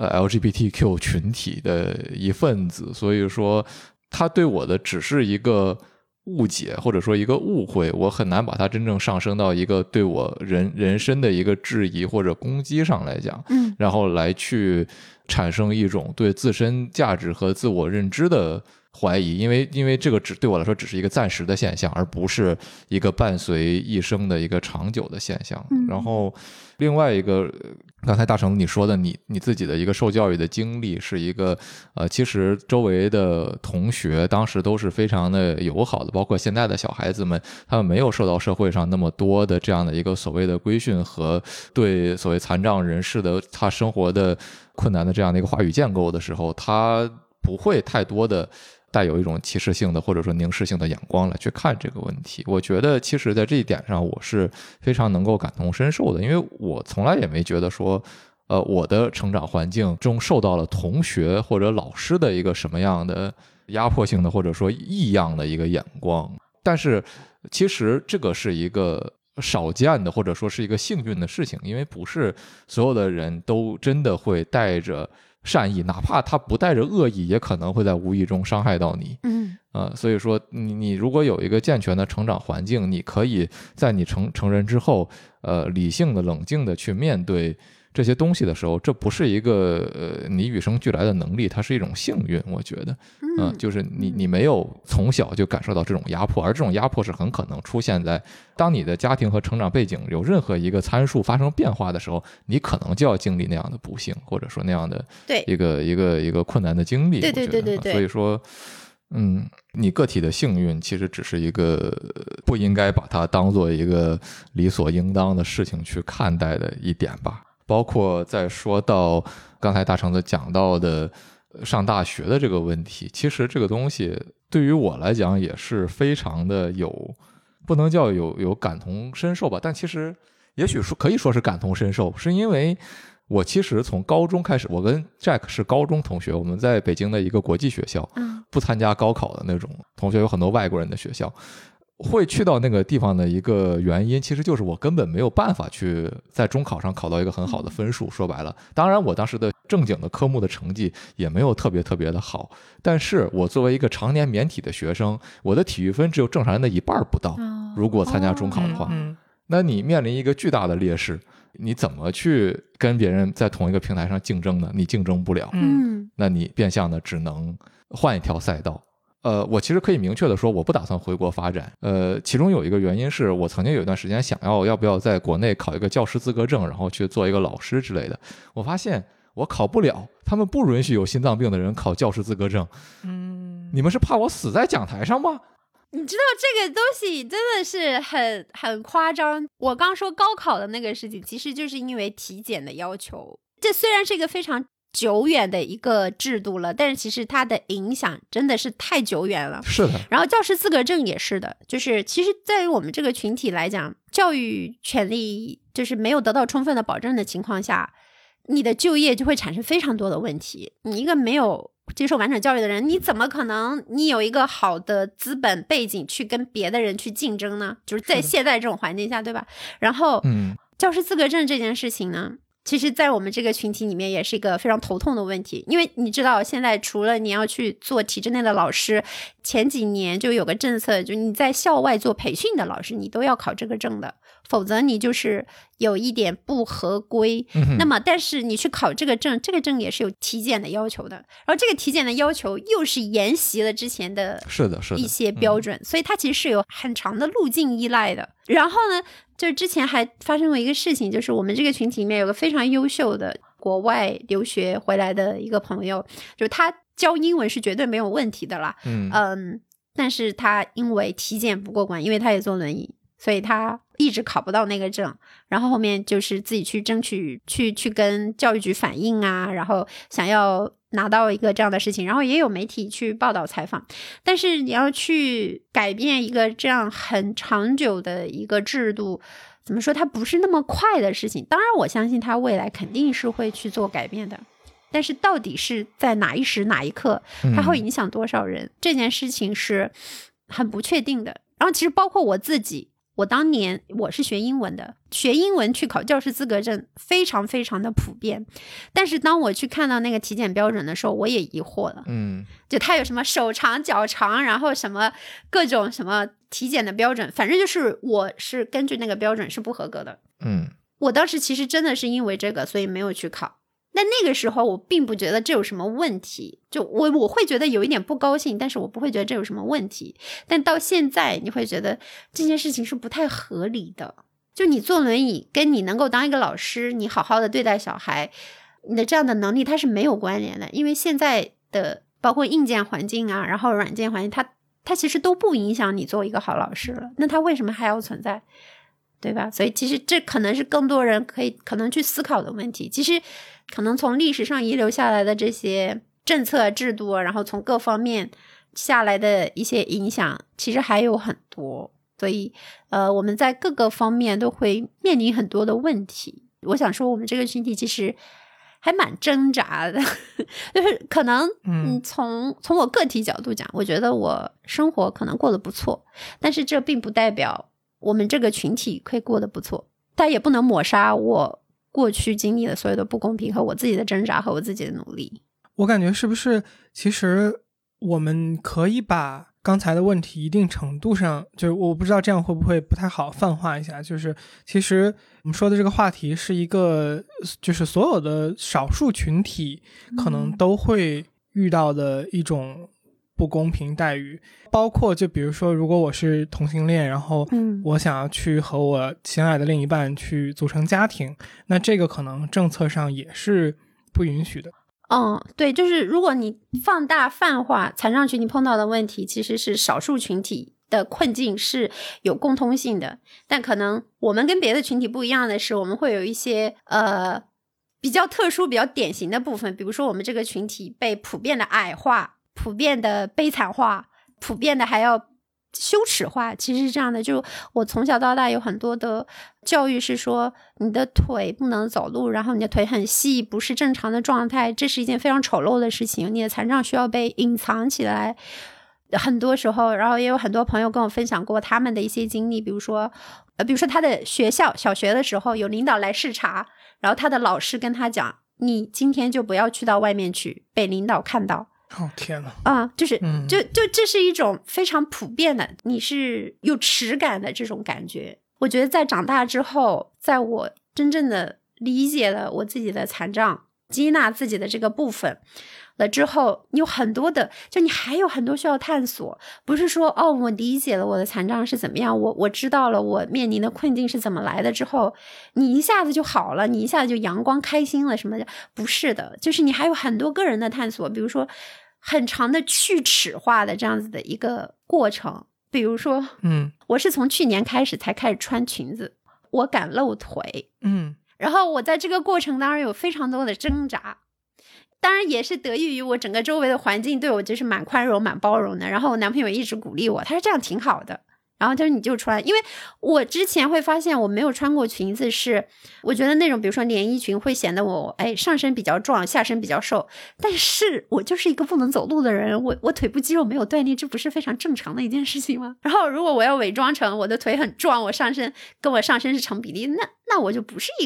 LGBTQ 群体的一份子，所以说它对我的只是一个误解或者说一个误会，我很难把它真正上升到一个对我人身的一个质疑或者攻击上来讲，然后来去产生一种对自身价值和自我认知的怀疑，因为这个对我来说只是一个暂时的现象，而不是一个伴随一生的一个长久的现象。然后另外一个刚才大成你说的你自己的一个受教育的经历是一个其实周围的同学当时都是非常的友好的，包括现在的小孩子们，他们没有受到社会上那么多的这样的一个所谓的规训和对所谓残障人士的他生活的困难的这样的一个话语建构的时候，他不会太多的带有一种歧视性的或者说凝视性的眼光来去看这个问题。我觉得其实在这一点上我是非常能够感同身受的，因为我从来也没觉得说我的成长环境中受到了同学或者老师的一个什么样的压迫性的或者说异样的一个眼光，但是其实这个是一个少见的或者说是一个幸运的事情，因为不是所有的人都真的会带着善意，哪怕他不带着恶意也可能会在无意中伤害到你。所以说你如果有一个健全的成长环境，你可以在你成人之后理性的冷静的去面对这些东西的时候，这不是一个你与生俱来的能力，它是一种幸运，我觉得就是你没有从小就感受到这种压迫，而这种压迫是很可能出现在当你的家庭和成长背景有任何一个参数发生变化的时候，你可能就要经历那样的不幸，或者说那样的一个困难的经历。对，所以说你个体的幸运其实只是一个不应该把它当做一个理所应当的事情去看待的一点吧。包括在说到刚才大橙子讲到的上大学的这个问题，其实这个东西对于我来讲也是非常的不能叫有感同身受吧，但其实也许可以说是感同身受，是因为我其实从高中开始，我跟 Jack 是高中同学，我们在北京的一个国际学校，不参加高考的那种同学，有很多外国人的学校。会去到那个地方的一个原因，其实就是我根本没有办法去在中考上考到一个很好的分数。说白了，当然我当时的正经的科目的成绩也没有特别的好，但是我作为一个常年免体的学生，我的体育分只有正常人的一半不到。如果参加中考的话，那你面临一个巨大的劣势，你怎么去跟别人在同一个平台上竞争呢？你竞争不了，那你变相的只能换一条赛道。我其实可以明确的说，我不打算回国发展。其中有一个原因是我曾经有一段时间想要不要在国内考一个教师资格证，然后去做一个老师之类的。我发现我考不了，他们不允许有心脏病的人考教师资格证。你们是怕我死在讲台上吗？ 你知道这个东西真的是很夸张。我刚说高考的那个事情，其实就是因为体检的要求。这虽然是一个非常久远的一个制度了，但是其实它的影响真的是太久远了。 是的。 然后教师资格证也是的，就是其实在于我们这个群体来讲，教育权利就是没有得到充分的保证的情况下，你的就业就会产生非常多的问题。你一个没有接受完整教育的人，你怎么可能你有一个好的资本背景去跟别的人去竞争呢？就是在现在这种环境下，对吧？然后教师资格证这件事情呢， 其实在我们这个群体里面也是一个非常头痛的问题，因为你知道现在除了你要去做体制内的老师，前几年就有个政策，就你在校外做培训的老师你都要考这个证的，否则你就是有一点不合规。那么但是你去考这个证，这个证也是有体检的要求的，然后这个体检的要求又是沿袭了之前的一些标准，所以它其实是有很长的路径依赖的。然后呢，就之前还发生过一个事情，就是我们这个群体里面有个非常优秀的国外留学回来的一个朋友，就他教英文是绝对没有问题的啦，但是他因为体检不过关，因为他也坐轮椅，所以他一直考不到那个证，然后后面就是自己去争取去跟教育局反映啊，然后想要拿到一个这样的事情，然后也有媒体去报道采访。但是你要去改变一个这样很长久的一个制度，怎么说，它不是那么快的事情。当然我相信他未来肯定是会去做改变的，但是到底是在哪一时哪一刻它会影响多少人，这件事情是很不确定的。然后其实包括我自己，我当年我是学英文的，学英文去考教师资格证非常非常的普遍，但是当我去看到那个体检标准的时候，我也疑惑了。就它有什么手长脚长，然后什么各种什么体检的标准，反正就是我是根据那个标准是不合格的。我当时其实真的是因为这个所以没有去考。但那个时候我并不觉得这有什么问题，就我会觉得有一点不高兴，但是我不会觉得这有什么问题。但到现在你会觉得这件事情是不太合理的，就你坐轮椅跟你能够当一个老师，你好好的对待小孩，你的这样的能力它是没有关联的，因为现在的包括硬件环境啊，然后软件环境，它其实都不影响你做一个好老师了，那它为什么还要存在，对吧？所以其实这可能是更多人可能去思考的问题。其实可能从历史上遗留下来的这些政策制度，然后从各方面下来的一些影响其实还有很多，所以我们在各个方面都会面临很多的问题。我想说我们这个群体其实还蛮挣扎的就是可能从我个体角度讲，我觉得我生活可能过得不错，但是这并不代表我们这个群体可以过得不错，它也不能抹杀我过去经历的所有的不公平和我自己的挣扎和我自己的努力。 我感觉是不是其实我们可以把刚才的问题一定程度上，就是我不知道这样会不会不太好泛化一下，就是其实我们说的这个话题是一个就是所有的少数群体可能都会遇到的一种不公平待遇，包括就比如说如果我是同性恋，然后我想要去和我心爱的另一半去组成家庭，那这个可能政策上也是不允许的。 对，就是如果你放大泛化，残障群体碰到的问题其实是少数群体的困境是有共通性的，但可能我们跟别的群体不一样的是，我们会有一些比较特殊比较典型的部分，比如说我们这个群体被普遍的矮化，普遍的悲惨化，普遍的还要羞耻化。其实是这样的，就我从小到大有很多的教育是说你的腿不能走路，然后你的腿很细，不是正常的状态，这是一件非常丑陋的事情，你的残障需要被隐藏起来。很多时候，然后也有很多朋友跟我分享过他们的一些经历，比如说他的学校小学的时候有领导来视察，然后他的老师跟他讲，你今天就不要去到外面去被领导看到。 天哪！ 就是就这是一种非常普遍的，你是有耻感的这种感觉。我觉得在长大之后，在我真正的理解了我自己的残障，接纳自己的这个部分了之后，你有很多的，就你还有很多需要探索。不是说我理解了我的残障是怎么样，我知道了我面临的困境是怎么来的之后，你一下子就好了，你一下子就阳光开心了什么的，不是的，就是你还有很多个人的探索，比如说很长的去耻化的这样子的一个过程。比如说我是从去年开始才开始穿裙子，我敢露腿，然后我在这个过程当中有非常多的挣扎，当然也是得益于我整个周围的环境对我就是蛮宽容蛮包容的，然后我男朋友一直鼓励我，他说这样挺好的，然后他说你就穿。因为我之前会发现我没有穿过裙子，是我觉得那种比如说连衣裙会显得我上身比较壮下身比较瘦，但是我就是一个不能走路的人，我腿部肌肉没有锻炼，这不是非常正常的一件事情吗？然后如果我要伪装成我的腿很壮，我上身跟我上身是成比例，那我就不是一个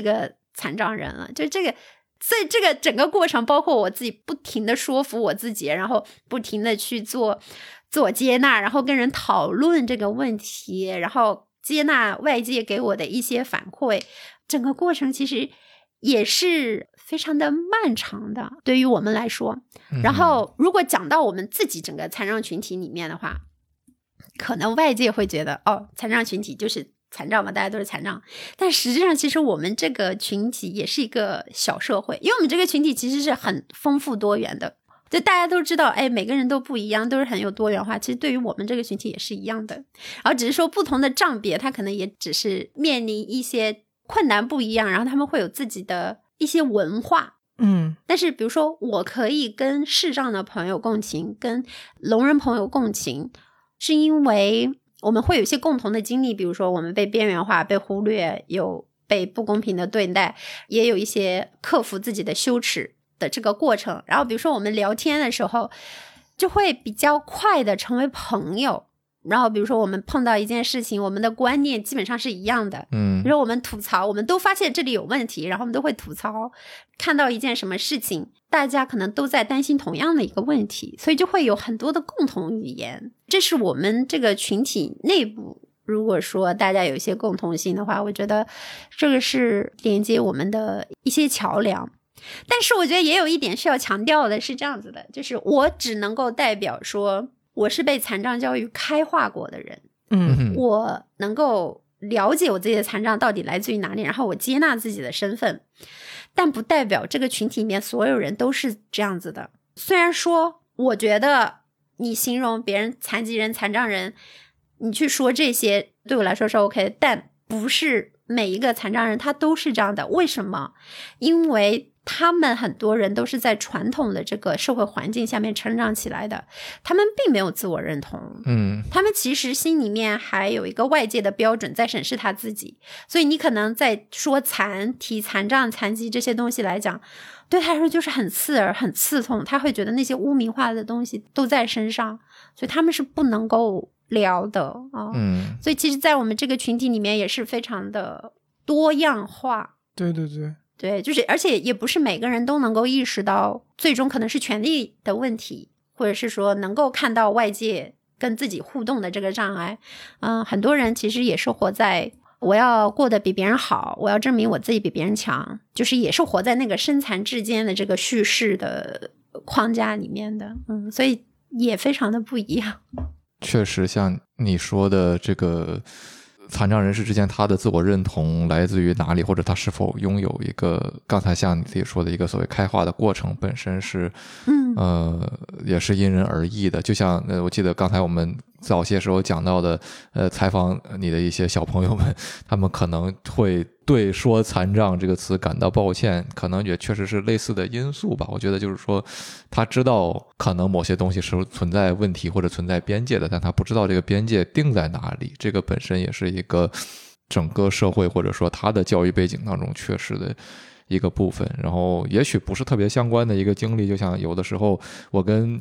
残障人了，就这个。所以这个整个过程，包括我自己不停的说服我自己，然后不停的去做自我接纳，然后跟人讨论这个问题，然后接纳外界给我的一些反馈，整个过程其实也是非常的漫长的，对于我们来说。然后如果讲到我们自己整个残障群体里面的话，可能外界会觉得残障群体就是残障嘛，大家都是残障，但实际上其实我们这个群体也是一个小社会，因为我们这个群体其实是很丰富多元的，就大家都知道每个人都不一样，都是很有多元化，其实对于我们这个群体也是一样的，然后只是说不同的障别，他可能也只是面临一些困难不一样，然后他们会有自己的一些文化。但是比如说我可以跟视障的朋友共情，跟聋人朋友共情，是因为我们会有一些共同的经历，比如说我们被边缘化、被忽略，有被不公平的对待，也有一些克服自己的羞耻的这个过程。然后比如说我们聊天的时候就会比较快的成为朋友，然后比如说我们碰到一件事情，我们的观念基本上是一样的，比如说我们吐槽，我们都发现这里有问题，然后我们都会吐槽，看到一件什么事情，大家可能都在担心同样的一个问题，所以就会有很多的共同语言。这是我们这个群体内部，如果说大家有一些共同性的话，我觉得这个是连接我们的一些桥梁。但是我觉得也有一点需要强调的是这样子的，就是我只能够代表说我是被残障教育开化过的人，我能够了解我自己的残障到底来自于哪里，然后我接纳自己的身份，但不代表这个群体里面所有人都是这样子的。虽然说我觉得你形容别人残疾人、残障人，你去说这些对我来说是 OK， 但不是每一个残障人他都是这样的。为什么？因为他们很多人都是在传统的这个社会环境下面成长起来的，他们并没有自我认同，他们其实心里面还有一个外界的标准在审视他自己，所以你可能在说提残障、残疾这些东西来讲，对他来说就是很刺耳、很刺痛，他会觉得那些污名化的东西都在身上，所以他们是不能够聊的所以其实在我们这个群体里面也是非常的多样化。对，就是而且也不是每个人都能够意识到最终可能是权利的问题，或者是说能够看到外界跟自己互动的这个障碍。很多人其实也是活在我要过得比别人好，我要证明我自己比别人强，就是也是活在那个身残志坚的这个叙事的框架里面的。所以也非常的不一样。 确实像你说的这个残障人士之间他的自我认同来自于哪里，或者他是否拥有一个刚才像你自己说的一个所谓开化的过程，本身是也是因人而异的。就像我记得刚才我们早些时候讲到的采访你的一些小朋友们，他们可能会对说残障这个词感到抱歉，可能也确实是类似的因素吧。我觉得就是说他知道可能某些东西是存在问题或者存在边界的，但他不知道这个边界定在哪里，这个本身也是一个整个社会或者说他的教育背景当中缺失的一个部分。然后也许不是特别相关的一个经历，就像有的时候我跟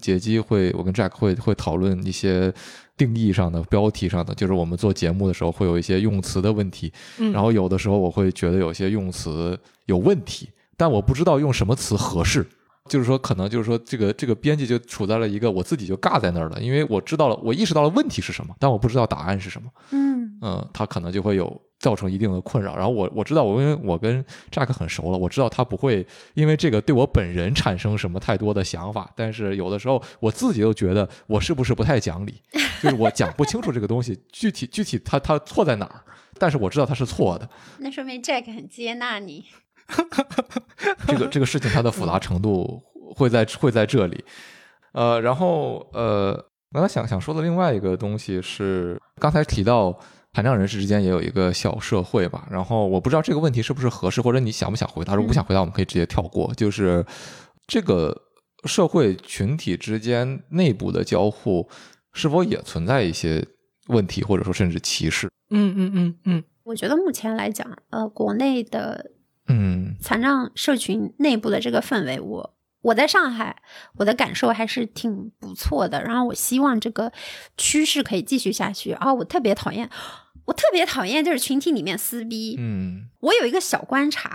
Jack 会讨论一些定义上的标题上的，就是我们做节目的时候会有一些用词的问题，然后有的时候我会觉得有些用词有问题，但我不知道用什么词合适，就是说可能就是说这个边界就处在了一个我自己就尬在那儿了，因为我意识到了问题是什么，但我不知道答案是什么。他可能就会有造成一定的困扰。然后我知道因为我跟 Jack 很熟了，我知道他不会因为这个对我本人产生什么太多的想法，但是有的时候我自己又觉得我是不是不太讲理，就是我讲不清楚这个东西具体他错在哪儿，但是我知道他是错的。 那说明 Jack 很接纳你。 这个事情它的复杂程度会在这里。然后刚才想说的另外一个东西是刚才提到残障人士之间也有一个小社会吧，然后我不知道这个问题是不是合适，或者你想不想回答，如果不想回答我们可以直接跳过。就是这个社会群体之间内部的交互是否也存在一些问题，或者说甚至歧视？ 我觉得目前来讲国内的残障社群内部的这个氛围，我在上海我的感受还是挺不错的，然后我希望这个趋势可以继续下去。我特别讨厌就是群体里面撕逼。我有一个小观察，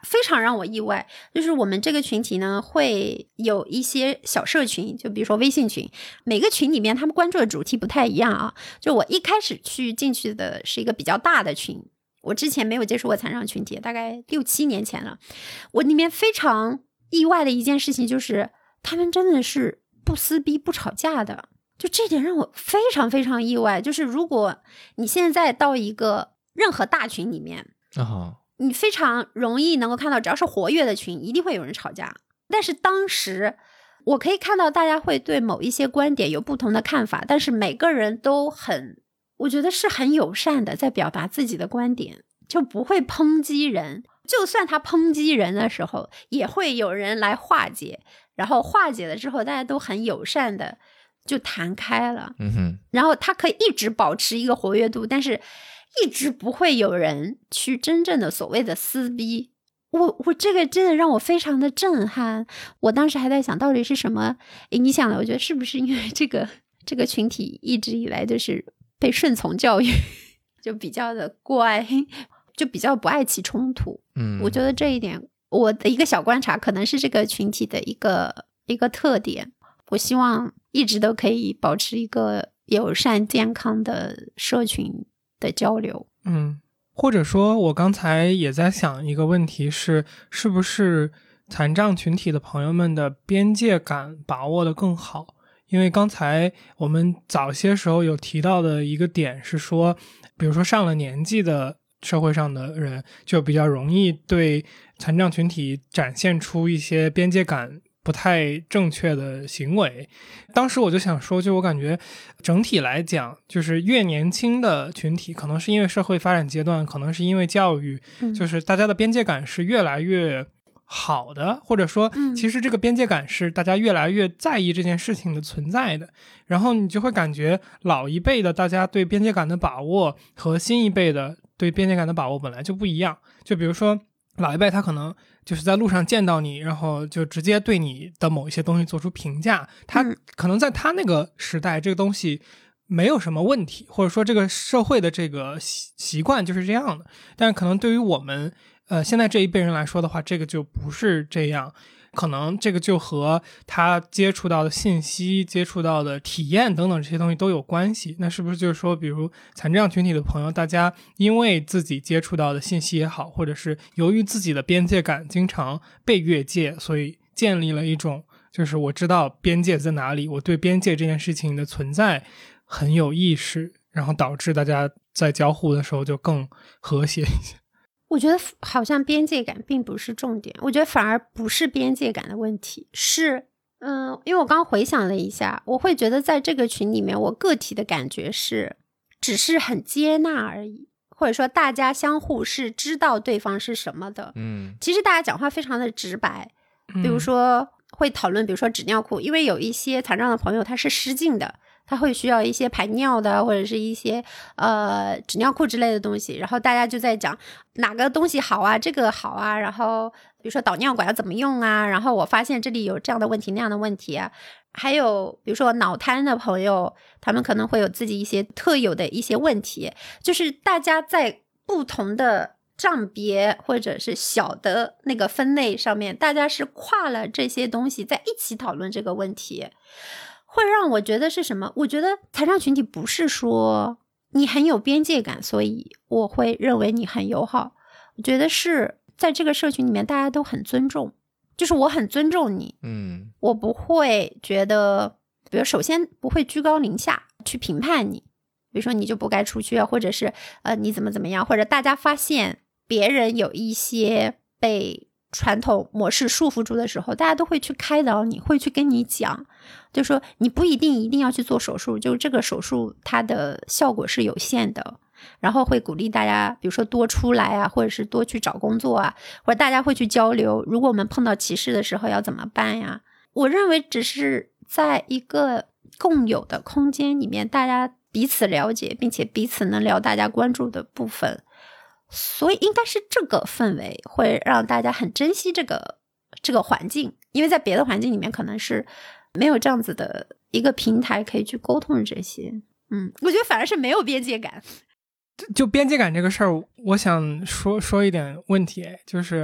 非常让我意外，就是我们这个群体呢会有一些小社群，就比如说微信群，每个群里面他们关注的主题不太一样啊。就我一开始进去的是一个比较大的群，我之前没有接触过残障群体，大概6、7年前了。我里面非常意外的一件事情就是他们真的是不撕逼不吵架的，就这点让我非常非常意外。就是如果你现在到一个任何大群里面你非常容易能够看到，只要是活跃的群一定会有人吵架，但是当时我可以看到大家会对某一些观点有不同的看法，但是每个人都我觉得是很友善的在表达自己的观点，就不会抨击人，就算他抨击人的时候也会有人来化解，然后化解了之后大家都很友善的就谈开了。然后他可以一直保持一个活跃度，但是一直不会有人去真正的所谓的撕逼。我这个真的让我非常的震撼。我当时还在想到底是什么影响了，我觉得是不是因为这个群体一直以来就是被顺从教育就比较的乖，就比较不爱起冲突。我觉得这一点我的一个小观察可能是这个群体的一个特点。我希望一直都可以保持一个友善健康的社群的交流。 或者说我刚才也在想一个问题是不是残障群体的朋友们的边界感把握得更好。因为刚才我们早些时候有提到的一个点是说，比如说上了年纪的社会上的人就比较容易对残障群体展现出一些边界感不太正确的行为。当时我就想说，就我感觉整体来讲，就是越年轻的群体，可能是因为社会发展阶段，可能是因为教育，就是大家的边界感是越来越好的，或者说其实这个边界感是大家越来越在意这件事情的存在的。然后你就会感觉老一辈的大家对边界感的把握和新一辈的对边界感的把握本来就不一样。就比如说老一辈他可能就是在路上见到你，然后就直接对你的某一些东西做出评价，他可能在他那个时代这个东西没有什么问题，或者说这个社会的这个习惯就是这样的。但可能对于我们现在这一辈人来说的话，这个就不是这样。可能这个就和他接触到的信息、接触到的体验等等这些东西都有关系。那是不是就是说，比如残障群体的朋友，大家因为自己接触到的信息也好，或者是由于自己的边界感经常被越界，所以建立了一种就是我知道边界在哪里，我对边界这件事情的存在很有意识，然后导致大家在交互的时候就更和谐一些。 我觉得好像边界感并不是重点，我觉得反而不是边界感的问题，是因为我刚回想了一下，我会觉得在这个群里面我个体的感觉是只是很接纳而已，或者说大家相互是知道对方是什么的。其实大家讲话非常的直白，比如说会讨论比如说纸尿裤，因为有一些残障的朋友他是失禁的，他会需要一些排尿的或者是一些纸尿裤之类的东西，然后大家就在讲哪个东西好啊，这个好啊，然后比如说导尿管要怎么用啊，然后我发现这里有这样的问题那样的问题啊，还有比如说脑瘫的朋友，他们可能会有自己一些特有的一些问题，就是大家在不同的账别或者是小的那个分类上面，大家是跨了这些东西在一起讨论这个问题，会让我觉得是什么？我觉得残障群体不是说你很有边界感，所以我会认为你很友好。我觉得是在这个社群里面，大家都很尊重，就是我很尊重你，我不会觉得，比如首先不会居高临下去评判你，比如说你就不该出去啊，或者是你怎么样，或者大家发现别人有一些被传统模式束缚住的时候，大家都会去开导你，会去跟你讲，就说你不一定要去做手术，就这个手术它的效果是有限的，然后会鼓励大家比如说多出来啊，或者是多去找工作啊，或者大家会去交流，如果我们碰到歧视的时候要怎么办呀。我认为只是在一个共有的空间里面，大家彼此了解，并且彼此能聊大家关注的部分，所以应该是这个氛围会让大家很珍惜这个环境，因为在别的环境里面可能是没有这样子的一个平台可以去沟通这些。我觉得反而是没有边界感。 就边界感这个事儿，我想说一点问题，就是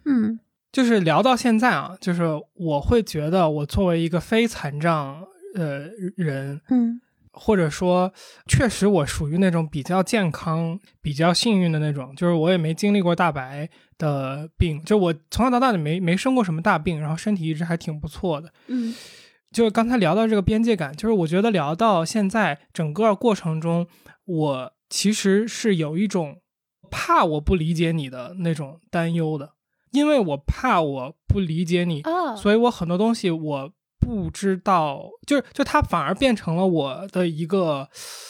就是聊到现在啊，就是我会觉得我作为一个非残障人，或者说确实我属于那种比较健康比较幸运的那种，就是我也没经历过大白的病，就我从小到大的没生过什么大病，然后身体一直还挺不错的。就是刚才聊到这个边界感，就是我觉得聊到现在整个过程中，我其实是有一种怕我不理解你的那种担忧的，因为我怕我不理解你，所以我很多东西我不知道，就它反而变成了我的一个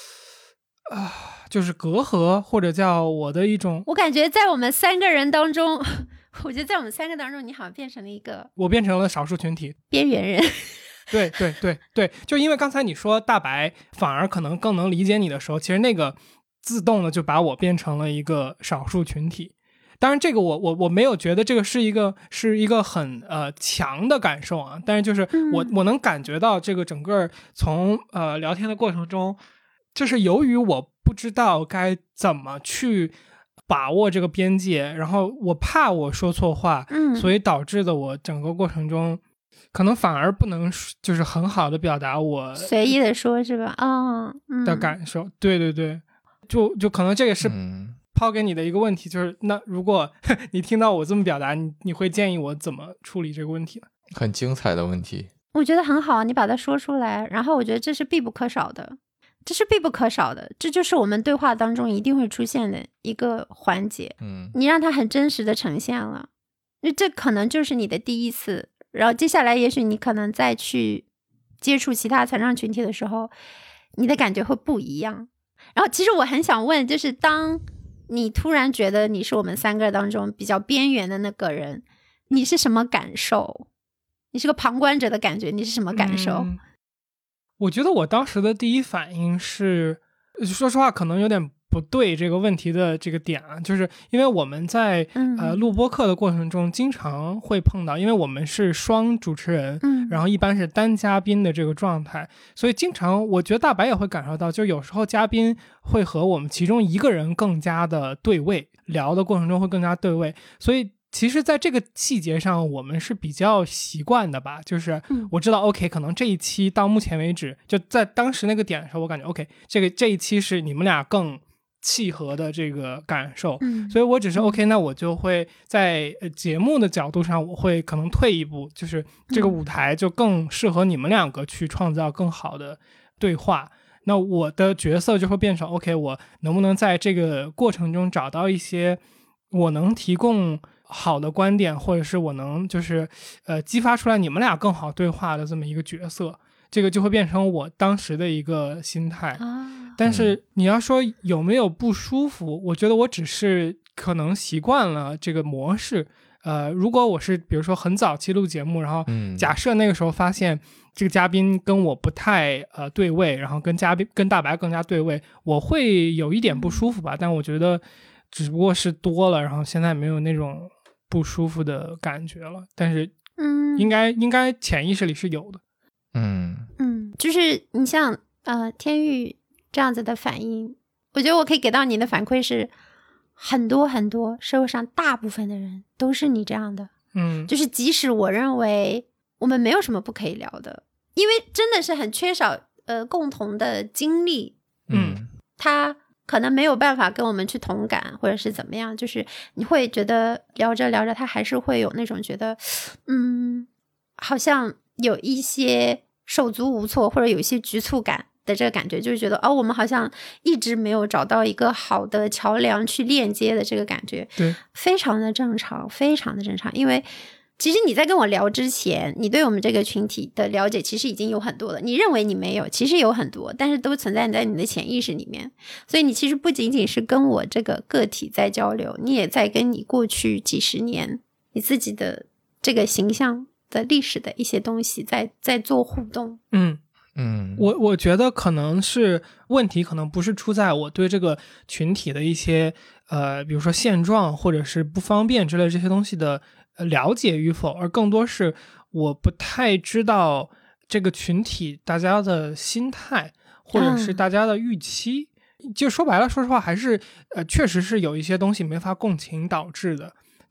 就是隔阂，或者叫我的一种。 我感觉在我们3个人当中，我觉得在我们3个当中，你好像变成了一个， 我变成了少数群体， 边缘人。 对，就因为刚才你说大白反而可能更能理解你的时候，其实那个自动的就把我变成了一个少数群体。当然这个我没有觉得这个是一个很强的感受啊，但是就是我能感觉到这个整个从聊天的过程中，就是由于我不知道该怎么去把握这个边界，然后我怕我说错话，所以导致的我整个过程中可能反而不能就是很好的表达我随意的说是吧？ 的感受。对，就可能这个是抛给你的一个问题，就是那如果你听到我这么表达，你会建议我怎么处理这个问题呢？ 很精彩的问题， 我觉得很好，你把它说出来，然后我觉得这是必不可少的，这就是我们对话当中一定会出现的一个环节。你让它很真实的呈现了，因为这可能就是你的第一次，然后接下来也许你可能再去接触其他残障群体的时候，你的感觉会不一样。然后其实我很想问，就是当你突然觉得你是我们3个当中比较边缘的那个人，你是什么感受？你是个旁观者的感觉，你是什么感受？ 我觉得我当时的第一反应是，说实话可能有点不对这个问题的这个点啊，就是因为我们在录播课的过程中经常会碰到，因为我们是双主持人，然后一般是单嘉宾的这个状态，所以经常我觉得大白也会感受到，就有时候嘉宾会和我们其中一个人更加的对位，聊的过程中会更加对位，所以其实在这个细节上我们是比较习惯的吧，就是我知道 OK 可能这一期到目前为止就在当时那个点的时候，我感觉 OK 这一期是你们俩更契合的这个感受，所以我只是 OK 那我就会在节目的角度上我会可能退一步，就是这个舞台就更适合你们两个去创造更好的对话，那我的角色就会变成 OK 我能不能在这个过程中找到一些我能提供好的观点，或者是我能就是激发出来你们俩更好对话的这么一个角色，这个就会变成我当时的一个心态但是你要说有没有不舒服，我觉得我只是可能习惯了这个模式。如果我是比如说很早期录节目，然后假设那个时候发现这个嘉宾跟我不太对位，然后跟大白更加对位，我会有一点不舒服吧，但我觉得只不过是多了，然后现在没有那种不舒服的感觉了，但是应该潜意识里是有的。 就是你像天玉这样子的反应，我觉得我可以给到你的反馈是很多很多社会上大部分的人都是你这样的。就是即使我认为我们没有什么不可以聊的，因为真的是很缺少共同的经历，他可能没有办法跟我们去同感或者是怎么样，就是你会觉得聊着聊着他还是会有那种觉得好像有一些手足无措或者有一些局促感的这个感觉，就是觉得我们好像一直没有找到一个好的桥梁去链接的这个感觉， 对， 非常的正常，非常的正常。因为其实你在跟我聊之前，你对我们这个群体的了解其实已经有很多了，你认为你没有，其实有很多，但是都存在在你的潜意识里面，所以你其实不仅仅是跟我这个个体在交流，你也在跟你过去几十年你自己的这个形象的历史的一些东西在做互动。 我觉得可能是问题可能不是出在我对这个群体的一些比如说现状或者是不方便之类这些东西的了解与否，而更多是我不太知道这个群体大家的心态或者是大家的预期，就说白了说实话还是确实是有一些东西没法共情导致的，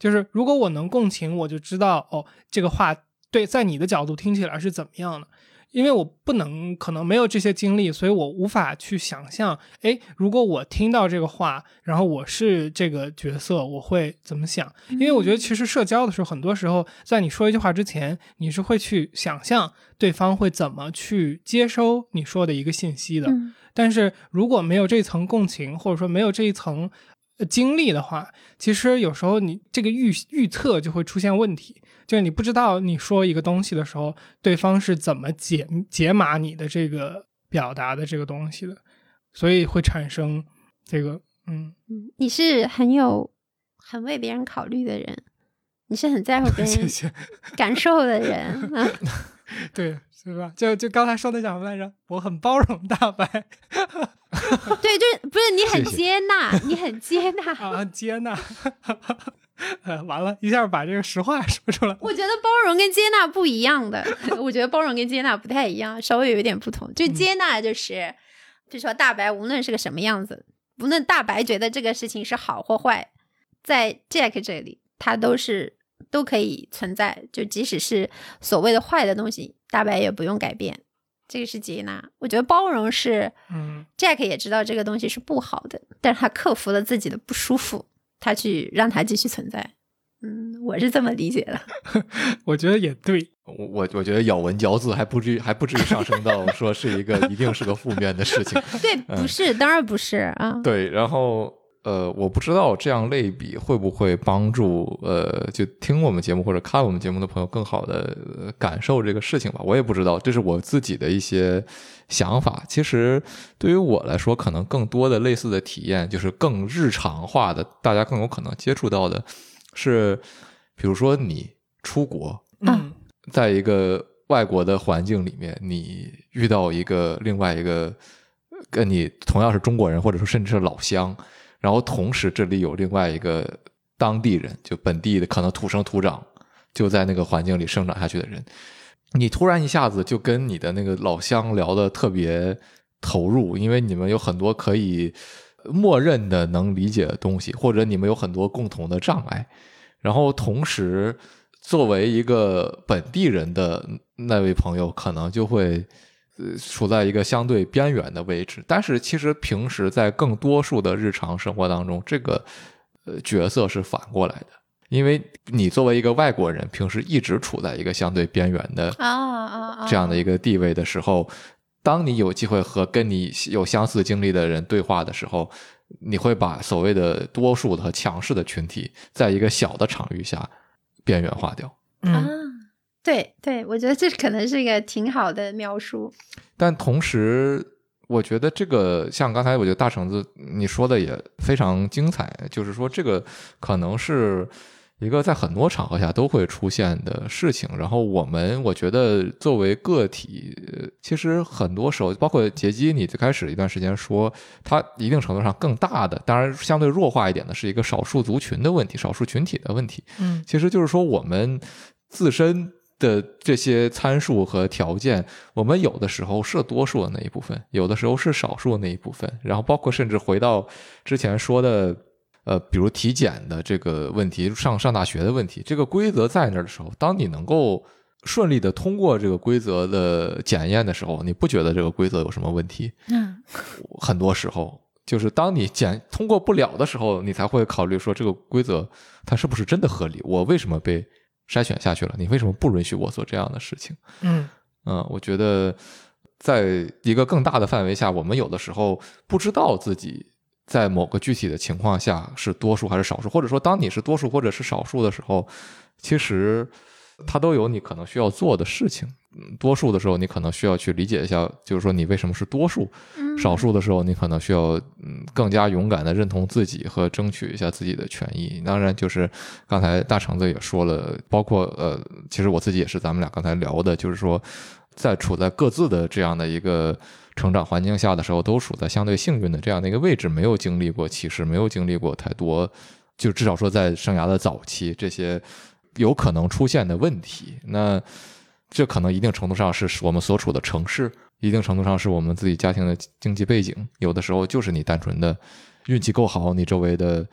就是如果我能共情，我就知道哦，这个话对在你的角度听起来是怎么样的。因为我可能没有这些经历，所以我无法去想象，如果我听到这个话，然后我是这个角色，我会怎么想。因为我觉得其实社交的时候，很多时候在你说一句话之前，你是会去想象对方会怎么去接收你说的一个信息的。但是如果没有这层共情，或者说没有这一层经历的话，其实有时候你这个预测就会出现问题，就是你不知道你说一个东西的时候，对方是怎么解码你的这个表达的这个东西的，所以会产生这个你是很为别人考虑的人，你是很在乎别人感受的人。 对，是吧？就刚才说的什么来着？我很包容大白。 对，就是不是你很接纳，你很接纳啊，接纳。完了一下把这个实话说出来。 我觉得包容跟接纳不一样的，我觉得包容跟接纳不太一样，稍微有一点不同。就接纳就是比如说大白无论是个什么样子，无论大白觉得这个事情是好或坏，在 Jack 这里他都可以存在，就即使是所谓的坏的东西，大白也不用改变，这个是接纳。我觉得包容是Jack 也知道这个东西是不好的，但是他克服了自己的不舒服，他去让它继续存在。我是这么理解的。 我觉得也对。 我觉得咬文嚼字还不至于上升到说是一个一定是个负面的事情。 对，不是，当然不是啊。 对，然后我不知道这样类比会不会帮助就听我们节目或者看我们节目的朋友更好的感受这个事情吧。我也不知道，这是我自己的一些想法。其实对于我来说，可能更多的类似的体验就是更日常化的，大家更有可能接触到的是，比如说你出国，在一个外国的环境里面，你遇到另外一个跟你同样是中国人，或者说甚至是老乡，然后同时这里有另外一个当地人，就本地的可能土生土长就在那个环境里生长下去的人，你突然一下子就跟你的那个老乡聊得特别投入，因为你们有很多可以默认的能理解的东西，或者你们有很多共同的障碍，然后同时作为一个本地人的那位朋友可能就会处在一个相对边缘的位置。但是其实平时在更多数的日常生活当中，这个角色是反过来的，因为你作为一个外国人，平时一直处在一个相对边缘的这样的一个地位的时候，当你有机会和跟你有相似经历的人对话的时候，你会把所谓的多数的和强势的群体在一个小的场域下边缘化掉。 对对，我觉得这可能是一个挺好的描述。 但同时我觉得这个像刚才我觉得大橙子你说的也非常精彩，就是说这个可能是一个在很多场合下都会出现的事情。然后我觉得作为个体，其实很多时候包括杰基你最开始一段时间说它一定程度上更大的，当然相对弱化一点的是一个少数族群的问题，少数群体的问题。其实就是说我们自身的这些参数和条件，我们有的时候是多数的那一部分，有的时候是少数的那一部分。然后包括甚至回到之前说的比如体检的这个问题，上大学的问题，这个规则在那儿的时候，当你能够顺利的通过这个规则的检验的时候，你不觉得这个规则有什么问题？很多时候就是当你通过不了的时候，你才会考虑说这个规则它是不是真的合理，我为什么被筛选下去了，你为什么不允许我做这样的事情？我觉得在一个更大的范围下，我们有的时候不知道自己在某个具体的情况下是多数还是少数，或者说当你是多数或者是少数的时候，其实它都有你可能需要做的事情。多数的时候你可能需要去理解一下，就是说你为什么是多数，少数的时候你可能需要更加勇敢的认同自己和争取一下自己的权益。当然就是刚才大橙子也说了，包括其实我自己也是咱们俩刚才聊的，就是说在处在各自的这样的一个成长环境下的时候，都处在相对幸运的这样的一个位置，没有经历过歧视，没有经历过太多，就至少说在生涯的早期这些有可能出现的问题。那这可能一定程度上是我们所处的城市，一定程度上是我们自己家庭的经济背景，有的时候就是你单纯的运气够好，你周围的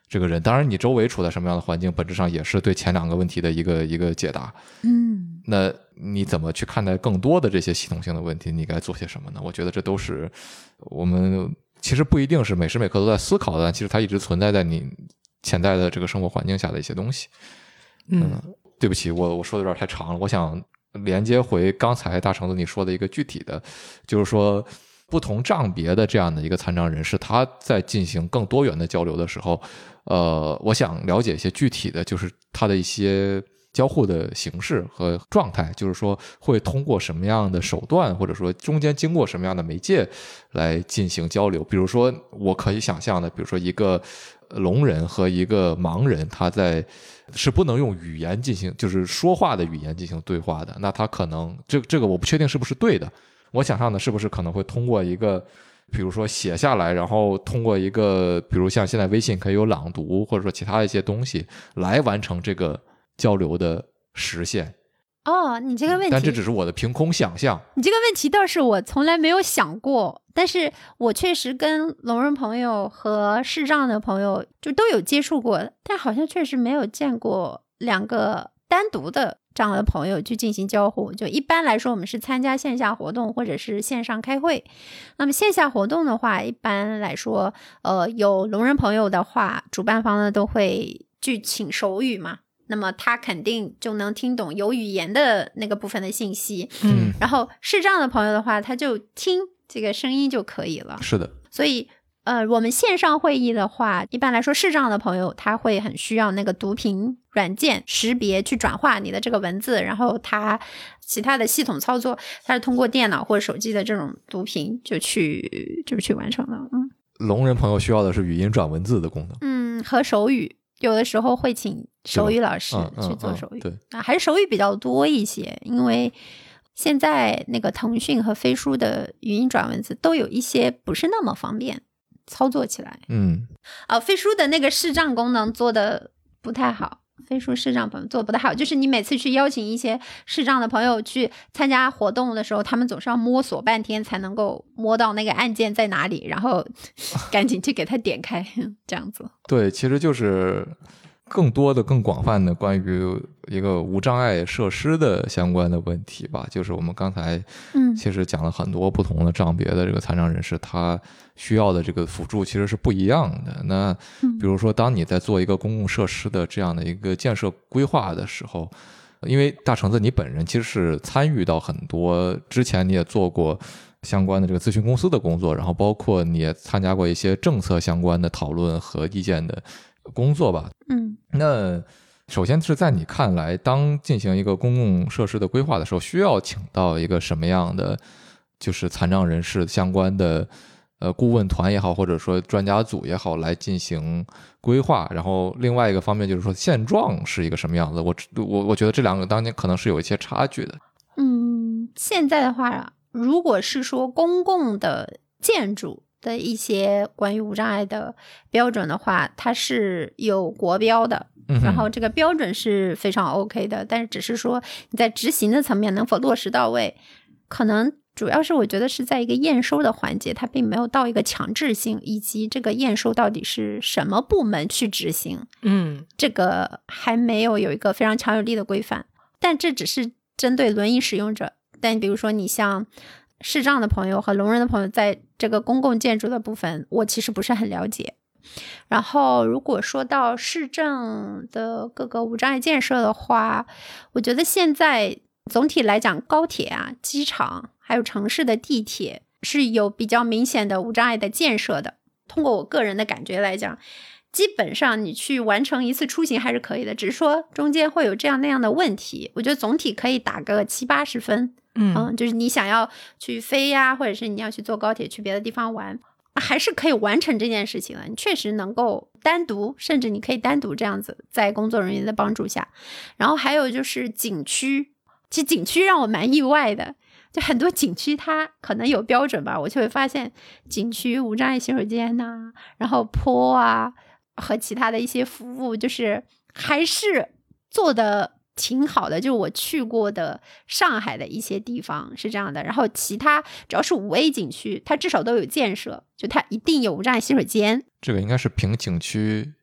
这个人。当然你周围处在什么样的环境本质上也是对前2个问题的一个解答。那你怎么去看待更多的这些系统性的问题，你该做些什么呢？我觉得这都是我们其实不一定是每时每刻都在思考的，但其实它一直存在在你潜在的这个生活环境下的一些东西。对不起，我说的有点太长了，我想连接回刚才大橙子你说的一个具体的，就是说不同障别的这样的一个残障人士，他在进行更多元的交流的时候，我想了解一些具体的，就是他的一些交互的形式和状态，就是说会通过什么样的手段，或者说中间经过什么样的媒介来进行交流。比如说我可以想象的，比如说一个聋人和一个盲人，他是不能用语言进行，就是说话的语言进行对话的，那他可能这个我不确定是不是对的，我想象的是不是可能会通过一个比如说写下来，然后通过一个比如像现在微信可以有朗读或者说其他一些东西来完成这个交流的实现。 你这个问题， 但这只是我的凭空想象。 你这个问题倒是我从来没有想过，但是我确实跟聋人朋友和视障的朋友就都有接触过，但好像确实没有见过2个单独的这样的朋友去进行交互。就一般来说我们是参加线下活动或者是线上开会，那么线下活动的话一般来说有聋人朋友的话，主办方呢都会去请手语嘛，那么他肯定就能听懂有语言的那个部分的信息。然后视障的朋友的话，他就听这个声音就可以了。 是的。 所以我们线上会议的话，一般来说视障的朋友他会很需要那个读屏软件识别去转化你的这个文字，然后他其他的系统操作他是通过电脑或者手机的这种读屏就去完成了。 聋人朋友需要的是语音转文字的功能。 和手语，有的时候会请手语老师去做手语。 对还是手语比较多一些，因为现在那个腾讯和飞书的语音转文字都有一些不是那么方便操作起来。飞书的那个视障功能做的不太好，飞书视障朋友做的不太好，就是你每次去邀请一些视障的朋友去参加活动的时候，他们总是要摸索半天才能够摸到那个按键在哪里，然后赶紧去给他点开这样子。 对，其实就是更多的更广泛的关于一个无障碍设施的相关的问题吧。就是我们刚才其实讲了很多不同的障别的这个残障人士，他需要的这个辅助其实是不一样的。那比如说当你在做一个公共设施的这样的一个建设规划的时候，因为大橙子你本人其实是参与到很多，之前你也做过相关的这个咨询公司的工作，然后包括你也参加过一些政策相关的讨论和意见的工作吧。那首先是在你看来，当进行一个公共设施的规划的时候，需要请到一个什么样的就是残障人士相关的顾问团也好，或者说专家组也好来进行规划？然后另外一个方面就是说现状是一个什么样子？我觉得这2个当中可能是有一些差距的。 现在的话，如果是说公共的建筑的一些关于无障碍的标准的话，它是有国标的，然后这个标准是非常 OK 的，但是只是说你在执行的层面能否落实到位，可能主要是我觉得是在一个验收的环节，它并没有到一个强制性，以及这个验收到底是什么部门去执行，这个还没有一个非常强有力的规范。但这只是针对轮椅使用者，但比如说你像视障的朋友和聋人的朋友，在这个公共建筑的部分我其实不是很了解。然后如果说到市政的各个无障碍建设的话，我觉得现在总体来讲，高铁啊、机场还有城市的地铁是有比较明显的无障碍的建设的。通过我个人的感觉来讲，基本上你去完成一次出行还是可以的，只是说中间会有这样那样的问题。我觉得总体可以打个70-80分。就是你想要去飞呀，或者是你要去坐高铁去别的地方玩，还是可以完成这件事情的。你确实能够单独，甚至你可以单独这样子在工作人员的帮助下。然后还有就是景区，其实景区让我蛮意外的，就很多景区它可能有标准吧，我就会发现景区无障碍洗手间呐，然后坡啊和其他的一些服务，就是还是做的挺好的。就我去过的上海的一些地方是这样的，然后其他只要是5A 景区，它至少都有建设，就它一定有无障碍洗手间。 这个应该是凭景区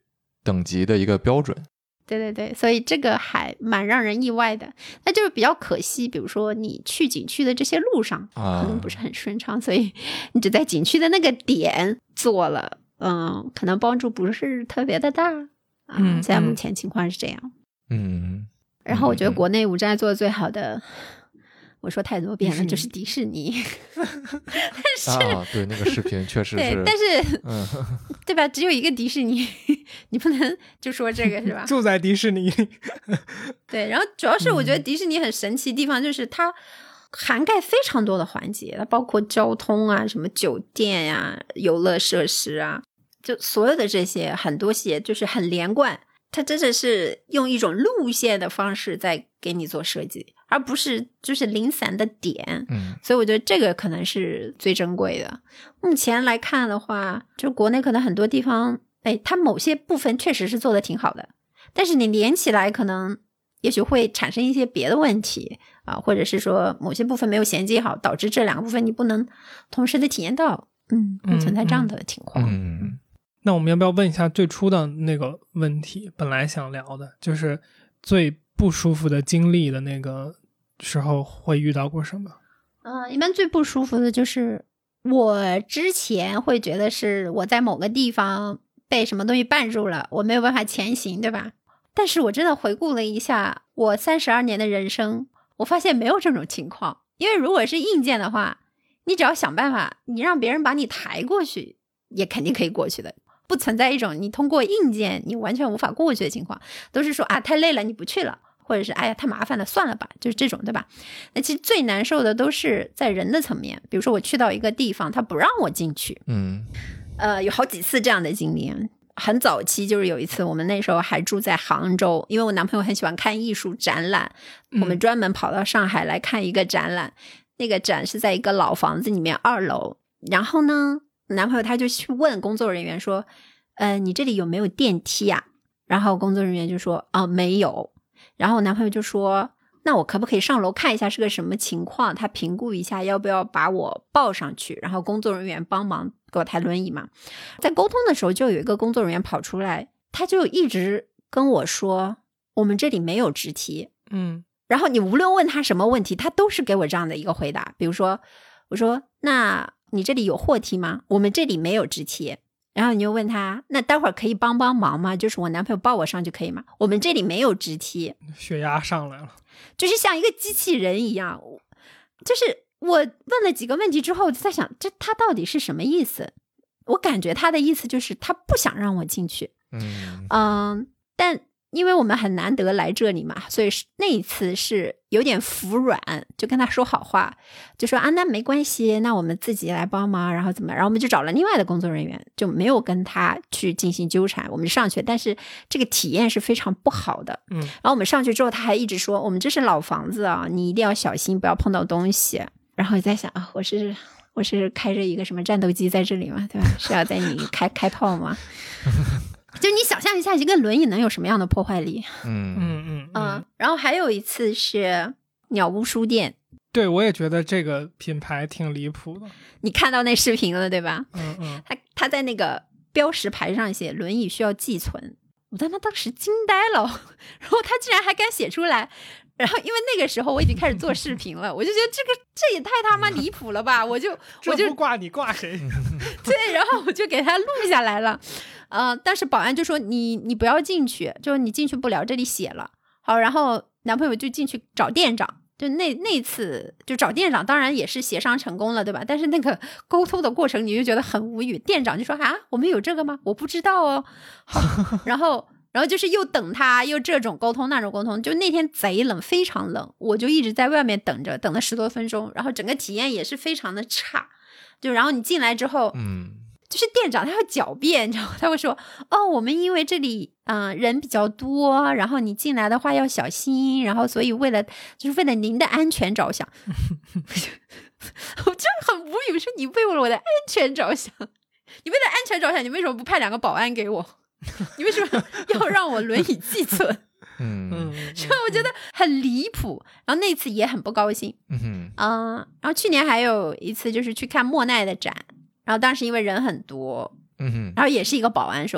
等级的一个标准。 对对对，所以这个还蛮让人意外的。那就是比较可惜，比如说你去景区的这些路上可能不是很顺畅，所以你只在景区的那个点做了，可能帮助不是特别的大现在目前情况是这样。然后我觉得国内无障碍做的最好的，我说太多遍了，就是迪士尼。但是对，那个视频确实是。 对，但是对吧？只有一个迪士尼，你不能就说这个是吧？ 住在迪士尼。 对，然后主要是我觉得迪士尼很神奇的地方就是它涵盖非常多的环节，它包括交通啊、什么酒店呀、游乐设施啊，就所有的这些很多些就是很连贯。它真的是用一种路线的方式在给你做设计，而不是就是零散的点。所以我觉得这个可能是最珍贵的。目前来看的话，就国内可能很多地方，它某些部分确实是做的挺好的，但是你连起来可能也许会产生一些别的问题啊，或者是说某些部分没有衔接好，导致这两个部分你不能同时的体验到。会存在这样的情况。 那我们要不要问一下最初的那个问题？本来想聊的就是最不舒服的经历的那个时候会遇到过什么？ 一般最不舒服的就是我之前会觉得是我在某个地方被什么东西绊住了，我没有办法前行，对吧？但是我真的回顾了一下我32年的人生，我发现没有这种情况。因为如果是硬件的话，你只要想办法，你让别人把你抬过去也肯定可以过去的，不存在一种你通过硬件你完全无法过去的情况，都是说太累了你不去了，或者是哎呀太麻烦了算了吧，就是这种，对吧？那其实最难受的都是在人的层面，比如说我去到一个地方他不让我进去，有好几次这样的经历。很早期就是有一次我们那时候还住在杭州，因为我男朋友很喜欢看艺术展览，我们专门跑到上海来看一个展览，那个展是在一个老房子里面2楼，然后呢男朋友他就去问工作人员说你这里有没有电梯啊？然后工作人员就说没有。然后我男朋友就说那我可不可以上楼看一下是个什么情况，他评估一下要不要把我抱上去，然后工作人员帮忙给我抬轮椅嘛。在沟通的时候就有一个工作人员跑出来，他就一直跟我说我们这里没有直梯。然后你无论问他什么问题，他都是给我这样的一个回答。比如说我说那你这里有货梯吗？我们这里没有直梯。然后你又问他那待会儿可以帮忙吗？就是我男朋友抱我上去可以吗？我们这里没有直梯。 血压上来了， 就是像一个机器人一样。就是我问了几个问题之后在想这他到底是什么意思，我感觉他的意思就是他不想让我进去。但因为我们很难得来这里嘛，所以那一次是有点服软，就跟他说好话，就说那没关系，那我们自己来帮忙，然后怎么，然后我们就找了另外的工作人员，就没有跟他去进行纠缠，我们就上去，但是这个体验是非常不好的。然后我们上去之后他还一直说我们这是老房子啊，你一定要小心不要碰到东西。然后我在想我是开着一个什么战斗机在这里吗？对吧？是要在你开炮吗？就你想象一下一个轮椅能有什么样的破坏力。然后还有一次是鸟屋书店。 对，我也觉得这个品牌挺离谱的。 你看到那视频了对吧？他在那个标识牌上写轮椅需要寄存，我他妈当时惊呆了。然后他竟然还敢写出来，然后因为那个时候我已经开始做视频了，我就觉得这也太他妈离谱了吧。我就不挂你挂谁？ 对，然后我就给他录下来了。但是保安就说你不要进去，就是你进去不了，这里写了。好，然后男朋友就进去找店长，就那次就找店长，当然也是协商成功了对吧？但是那个沟通的过程你就觉得很无语，店长就说我们有这个吗？我不知道哦。好，然后就是又等他，又这种沟通那种沟通，就那天贼冷，非常冷，我就一直在外面等了10多分钟，然后整个体验也是非常的差。就然后你进来之后就是店长他会狡辩，你知道吗？他会说我们因为这里人比较多，然后你进来的话要小心，然后所以为了您的安全着想。我就很无语，说你为了我的安全着想，你为了安全着想，你为什么不派2个保安给我？你为什么要让我轮椅寄存？所以我觉得很离谱。然后那次也很不高兴。然后去年还有一次就是去看莫奈的展，然后当时因为人很多，然后也是一个保安说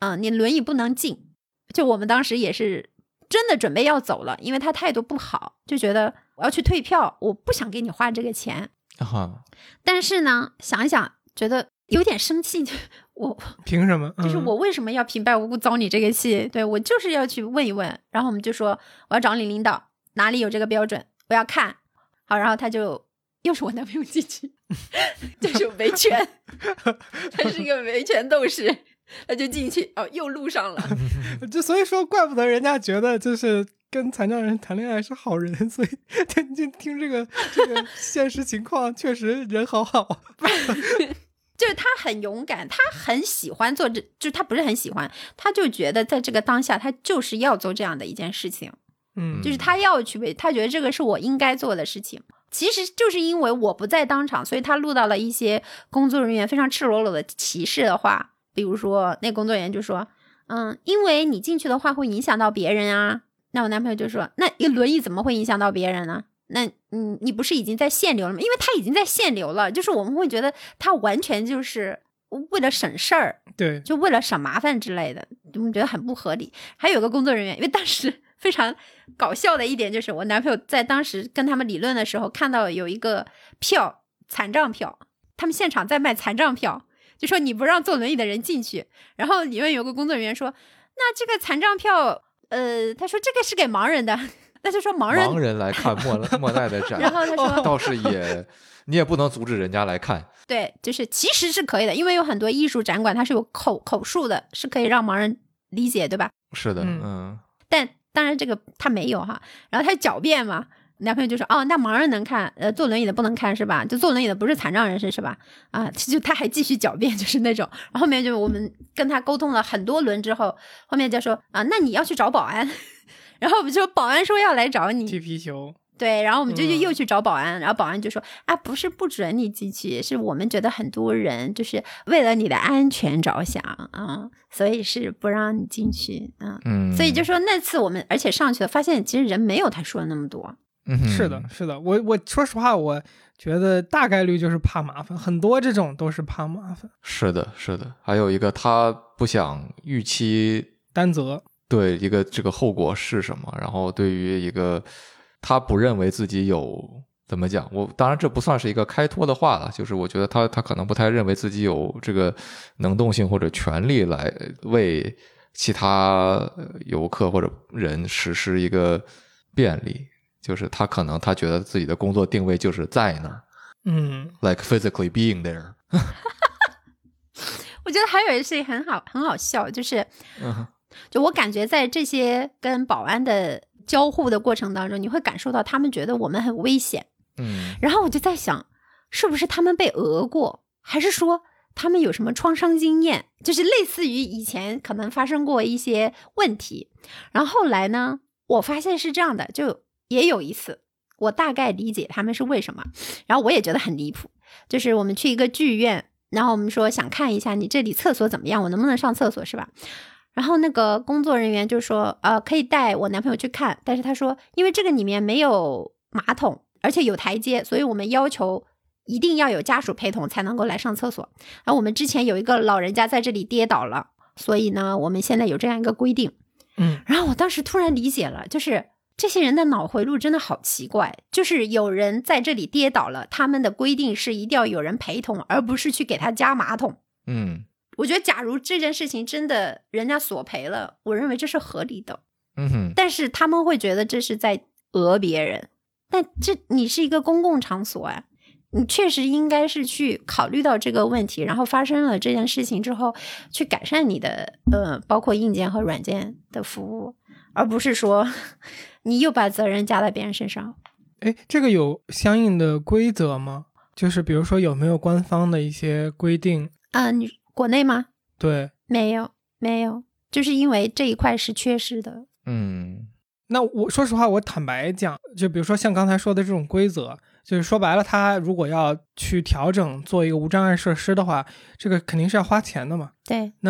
你轮椅不能进。就我们当时也是真的准备要走了，因为他态度不好，就觉得我要去退票，我不想给你花这个钱。但是呢，想一想觉得有点生气，我凭什么？ 就是我为什么要平白无故遭你这个气？对，我就是要去问一问。然后我们就说我要找你领导，哪里有这个标准，我要看。好，然后他就又是我男朋友进去，就是维权，他是一个维权斗士，他就进去，又录上了。 就所以说，怪不得人家觉得就是跟残障人谈恋爱是好人，所以听这个现实情况，确实人好好。 就是他很勇敢，他很喜欢做就是他不是很喜欢，他就觉得在这个当下，他就是要做这样的一件事情。就是他要去他觉得这个是我应该做的事情。其实就是因为我不在当场，所以他录到了一些工作人员非常赤裸裸的歧视的话。比如说那工作人员就说因为你进去的话会影响到别人啊。那我男朋友就说，那一轮椅怎么会影响到别人呢？那你不是已经在限流了吗？因为他已经在限流了，就是我们会觉得他完全就是为了省事儿， 对， 就为了省麻烦之类的，我们觉得很不合理。还有个工作人员，因为当时非常搞笑的一点就是我男朋友在当时跟他们理论的时候看到有一个票，残障票，他们现场在卖残障票，就说你不让坐轮椅的人进去。然后里面有个工作人员说，那这个残障票他说这个是给盲人的。那就说盲人来看莫奈的展。 然后他说倒是你也不能阻止人家来看。 对，就是其实是可以的，因为有很多艺术展馆它是有口述的，是可以让盲人理解，对吧？ 是的。 但当然这个他没有哈。然后他狡辩嘛，男朋友就说那盲人能看，坐轮椅的不能看是吧？就坐轮椅的不是残障人士是吧？就他还继续狡辩，就是那种。然后后面就我们跟他沟通了很多轮之后，后面就说那你要去找保安。然后我们就保安说要来找你踢皮球。 对，然后我们就又去找保安，然后保安就说不是不准你进去，是我们觉得很多人就是为了你的安全着想所以是不让你进去所以就说那次我们而且上去了，发现其实人没有他说的那么多。 是的我说实话，我觉得大概率就是怕麻烦，很多这种都是怕麻烦。 是的还有一个他不想预期担责， 对一个这个后果是什么，然后对于一个他不认为自己有怎么讲，我当然这不算是一个开脱的话了，就是我觉得他可能不太认为自己有这个能动性或者权利来为其他游客或者人实施一个便利，就是他觉得自己的工作定位就是在那儿like physically being there 我觉得还有一个事情很好笑，就是就我感觉在这些跟保安的交互的过程当中，你会感受到他们觉得我们很危险然后我就在想，是不是他们被讹过，还是说他们有什么创伤经验，就是类似于以前可能发生过一些问题。然后后来呢，我发现是这样的，就也有一次我大概理解他们是为什么，然后我也觉得很离谱。就是我们去一个剧院，然后我们说想看一下你这里厕所怎么样，我能不能上厕所是吧？然后那个工作人员就说可以带我男朋友去看，但是他说因为这个里面没有马桶，而且有台阶，所以我们要求一定要有家属陪同才能够来上厕所。然后我们之前有一个老人家在这里跌倒了，所以呢我们现在有这样一个规定然后我当时突然理解了，就是这些人的脑回路真的好奇怪，就是有人在这里跌倒了，他们的规定是一定要有人陪同，而不是去给他加马桶我觉得假如这件事情真的人家索赔了，我认为这是合理的但是他们会觉得这是在讹别人，但你是一个公共场所你确实应该是去考虑到这个问题，然后发生了这件事情之后去改善你的包括硬件和软件的服务，而不是说你又把责任加在别人身上。 这个有相应的规则吗？就是比如说有没有官方的一些规定你国内吗？ 对， 没有，就是因为这一块是缺失的。 那我说实话，我坦白讲，就比如说像刚才说的这种规则，就是说白了，他如果要去调整做一个无障碍设施的话，这个肯定是要花钱的嘛。 对， 那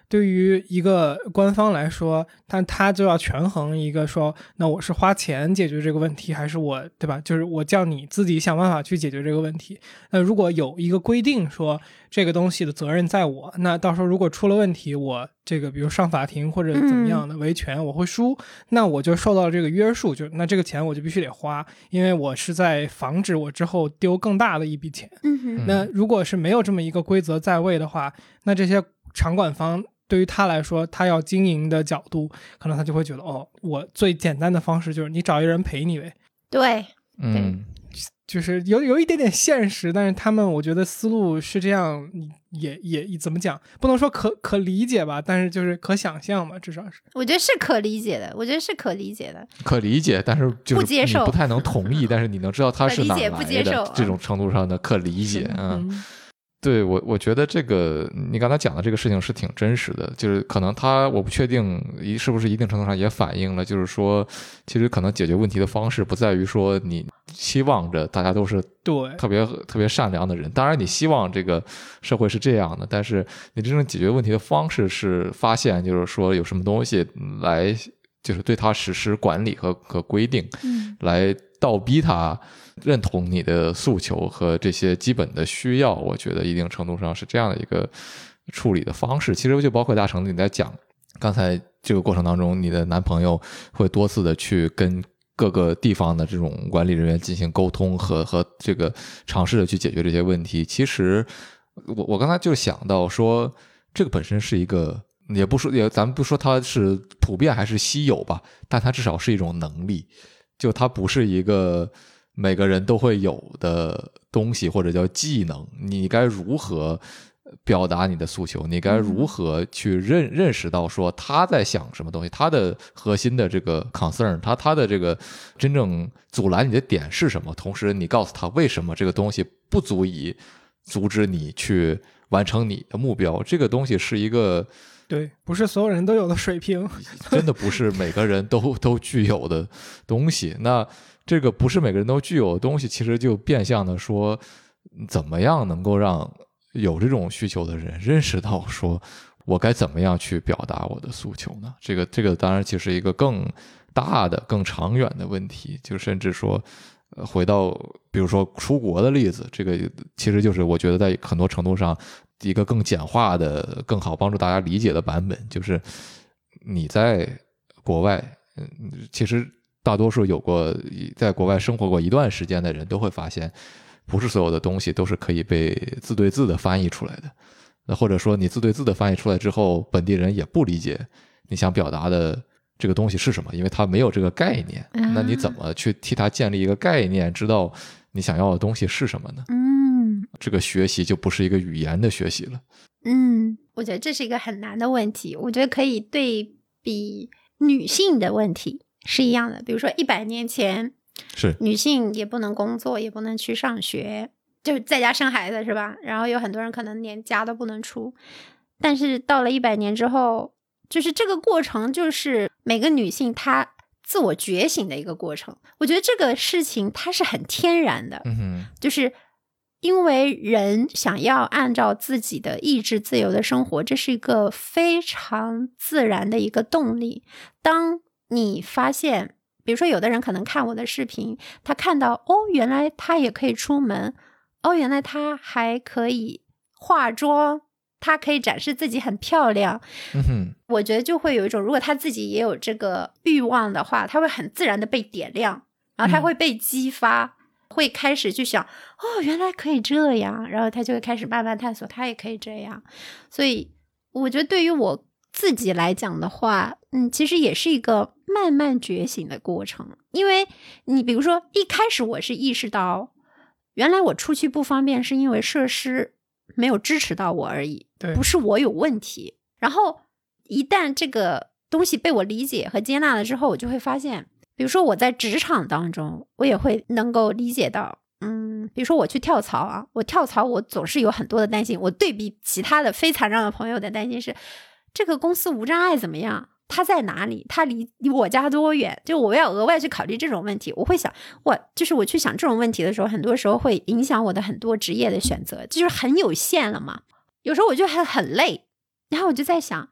对于一个官方来说，但他就要权衡一个说，那我是花钱解决这个问题，还是我，对吧？就是我叫你自己想办法去解决这个问题。那如果有一个规定说这个东西的责任在我，那到时候如果出了问题，我这个比如上法庭或者怎么样的维权，我会输，那我就受到这个约束，就那这个钱我就必须得花，因为我是在防止我之后丢更大的一笔钱。那如果是没有这么一个规则在位的话，那这些场馆方对于他来说，他要经营的角度，可能他就会觉得，哦，我最简单的方式就是你找一人陪你呗。 对， 就是有一点点现实，但是他们我觉得思路是这样，也怎么讲，不能说可理解吧，但是就是可想象吧，至少是。 我觉得是可理解的， 可理解，但是就是不接受， 你不太能同意，但是你能知道他是哪来的， 不接受这种程度上的可理解。对，我觉得这个你刚才讲的这个事情是挺真实的，就是可能我不确定是不是一定程度上也反映了，就是说其实可能解决问题的方式不在于说你期望着大家都是对特别善良的人，当然你希望这个社会是这样的，但是你真正解决问题的方式是发现就是说有什么东西来就是对他实施管理和规定，来倒逼他认同你的诉求和这些基本的需要，我觉得一定程度上是这样的一个处理的方式。其实就包括大橙子你在讲刚才这个过程当中，你的男朋友会多次的去跟各个地方的这种管理人员进行沟通和这个尝试的去解决这些问题。其实我刚才就想到说，这个本身是一个咱们不说它是普遍还是稀有吧，但它至少是一种能力，就它不是一个每个人都会有的东西或者叫技能，你该如何表达你的诉求，你该如何去认识到说他在想什么东西，他的核心的这个 concern， 他的这个真正阻拦你的点是什么，同时你告诉他为什么这个东西不足以阻止你去完成你的目标。这个东西是一个对，不是所有人都有的水平， 真的不是每个人都具有的东西。那这个不是每个人都具有的东西，其实就变相的说，怎么样能够让有这种需求的人认识到说我该怎么样去表达我的诉求呢？这个当然其实是一个更大的更长远的问题，就甚至说回到比如说出国的例子，这个其实就是我觉得在很多程度上一个更简化的更好帮助大家理解的版本，就是你在国外其实大多数有过在国外生活过一段时间的人都会发现，不是所有的东西都是可以被字对字的翻译出来的。那或者说你字对字的翻译出来之后，本地人也不理解你想表达的这个东西是什么，因为他没有这个概念。那你怎么去替他建立一个概念，知道你想要的东西是什么呢？这个学习就不是一个语言的学习了。 我觉得这是一个很难的问题。我觉得可以对比女性的问题是一样的，比如说100年前是女性也不能工作，也不能去上学，就是在家生孩子是吧？然后有很多人可能连家都不能出。但是到了100年之后，就是这个过程就是每个女性她自我觉醒的一个过程。我觉得这个事情它是很天然的，就是因为人想要按照自己的意志自由的生活，这是一个非常自然的一个动力。当你发现比如说有的人可能看我的视频，他看到原来他也可以出门，原来他还可以化妆，他可以展示自己很漂亮，我觉得就会有一种，如果他自己也有这个欲望的话，他会很自然的被点亮，然后他会被激发，会开始去想原来可以这样，然后他就会开始慢慢探索他也可以这样。所以我觉得对于我自己来讲的话，其实也是一个慢慢觉醒的过程。因为你比如说一开始我是意识到原来我出去不方便是因为设施没有支持到我而已，不是我有问题。然后一旦这个东西被我理解和接纳了之后，我就会发现比如说我在职场当中我也会能够理解到比如说我去跳槽啊，我跳槽我总是有很多的担心，我对比其他的非残障的朋友的担心是这个公司无障碍怎么样，它在哪里，它离我家多远，就我要额外去考虑这种问题。我会想就是我去想这种问题的时候，很多时候会影响我的很多职业的选择，就是很有限了嘛。有时候我就很累，然后我就在想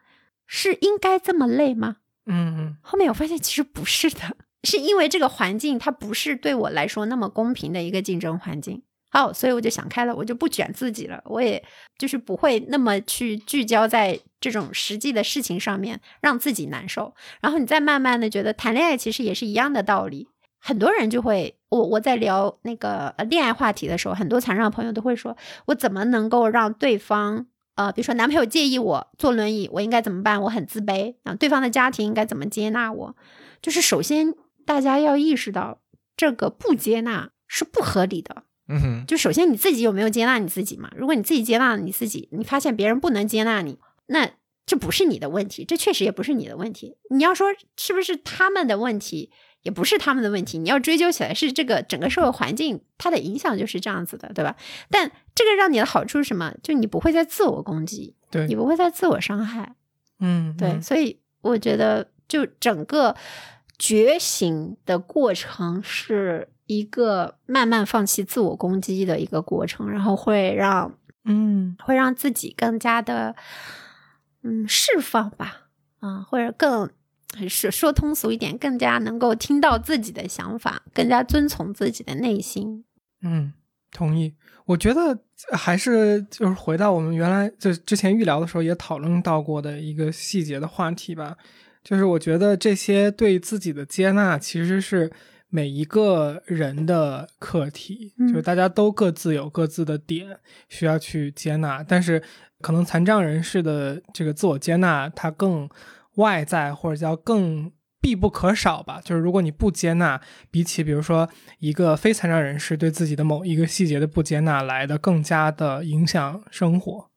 是应该这么累吗？后面我发现其实不是的，是因为这个环境它不是对我来说那么公平的一个竞争环境。所以我就想开了，我就不卷自己了，我也就是不会那么去聚焦在这种实际的事情上面让自己难受。然后你再慢慢的觉得谈恋爱其实也是一样的道理。很多人就会我在聊那个恋爱话题的时候，很多残障的朋友都会说，我怎么能够让对方比如说男朋友介意我坐轮椅，我应该怎么办？我很自卑，对方的家庭应该怎么接纳我？就是首先大家要意识到这个不接纳是不合理的。就首先你自己有没有接纳你自己嘛？如果你自己接纳你自己，你发现别人不能接纳你，那这不是你的问题，这确实也不是你的问题。你要说是不是他们的问题，也不是他们的问题，你要追究起来是这个整个社会环境它的影响就是这样子的，对吧？但这个让你的好处是什么？就你不会再自我攻击， 对， 你不会再自我伤害。对，所以我觉得就整个觉醒的过程是一个慢慢放弃自我攻击的一个过程，然后会让自己更加的释放吧，或者更说通俗一点，更加能够听到自己的想法，更加遵从自己的内心。 同意。我觉得还是就是回到我们原来就之前预聊的时候也讨论到过的一个细节的话题吧，就是我觉得这些对自己的接纳其实是每一个人的课题，就是大家都各自有各自的点需要去接纳，但是可能残障人士的这个自我接纳它更外在，或者叫更必不可少吧。就是如果你不接纳，比起比如说一个非残障人士对自己的某一个细节的不接纳来的更加的影响生活。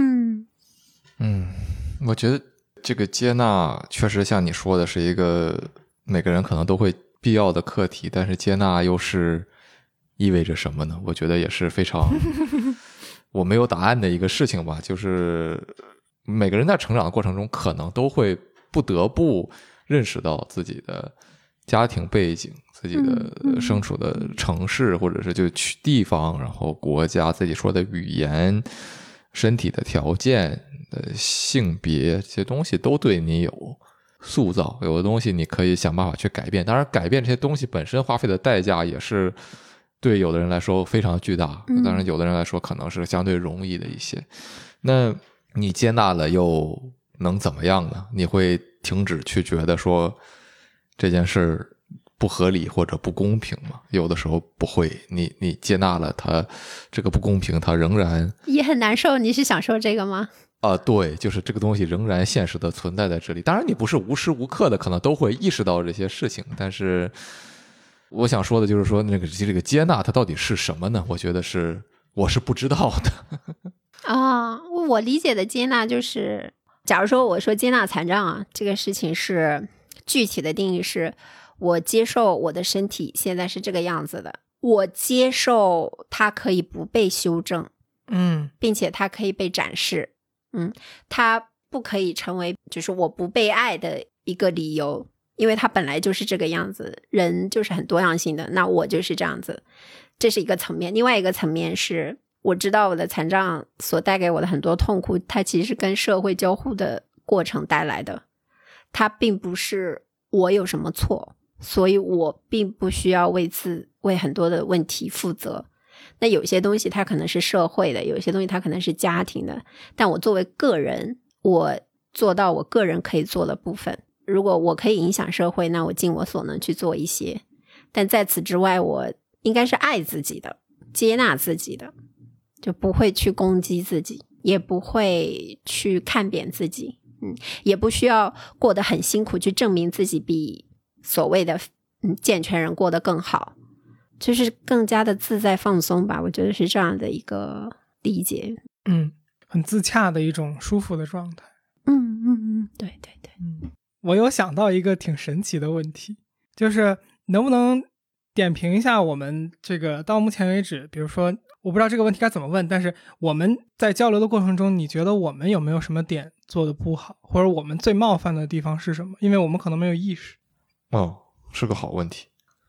我觉得这个接纳确实像你说的是一个每个人可能都会必要的课题，但是接纳又是意味着什么呢？我觉得也是非常我没有答案的一个事情吧。就是每个人在成长的过程中可能都会不得不认识到自己的家庭背景，自己的身处的城市或者是就地方，然后国家，自己说的语言，身体的条件，性别，这些东西都对你有塑造。有的东西你可以想办法去改变，当然改变这些东西本身花费的代价也是对有的人来说非常巨大，当然有的人来说可能是相对容易的一些。那你接纳了又能怎么样呢？你会停止去觉得说这件事不合理或者不公平吗？有的时候不会，你接纳了它这个不公平，它仍然也很难受。你是想说这个吗？ 对，就是这个东西仍然现实的存在在这里。当然你不是无时无刻的可能都会意识到这些事情，但是我想说的就是说这个接纳它到底是什么呢？我觉得我是不知道的。 我理解的接纳就是假如说我说接纳残障这个事情是具体的定义是我接受我的身体现在是这个样子的，我接受它可以不被修正，并且它可以被展示，它不可以成为就是我不被爱的一个理由，因为它本来就是这个样子，人就是很多样性的，那我就是这样子，这是一个层面。另外一个层面是我知道我的残障所带给我的很多痛苦，它其实是跟社会交互的过程带来的，它并不是我有什么错，所以我并不需要为很多的问题负责。那有些东西它可能是社会的，有些东西它可能是家庭的，但我作为个人，我做到我个人可以做的部分。如果我可以影响社会，那我尽我所能去做一些，但在此之外，我应该是爱自己的，接纳自己的，就不会去攻击自己，也不会去看扁自己，也不需要过得很辛苦去证明自己比所谓的健全人过得更好，就是更加的自在放松吧，我觉得是这样的一个理解。 很自洽的一种舒服的状态。 对对对。 我有想到一个挺神奇的问题，就是能不能点评一下我们这个到目前为止，比如说我不知道这个问题该怎么问，但是我们在交流的过程中，你觉得我们有没有什么点做的不好，或者我们最冒犯的地方是什么？因为我们可能没有意识。 是个好问题。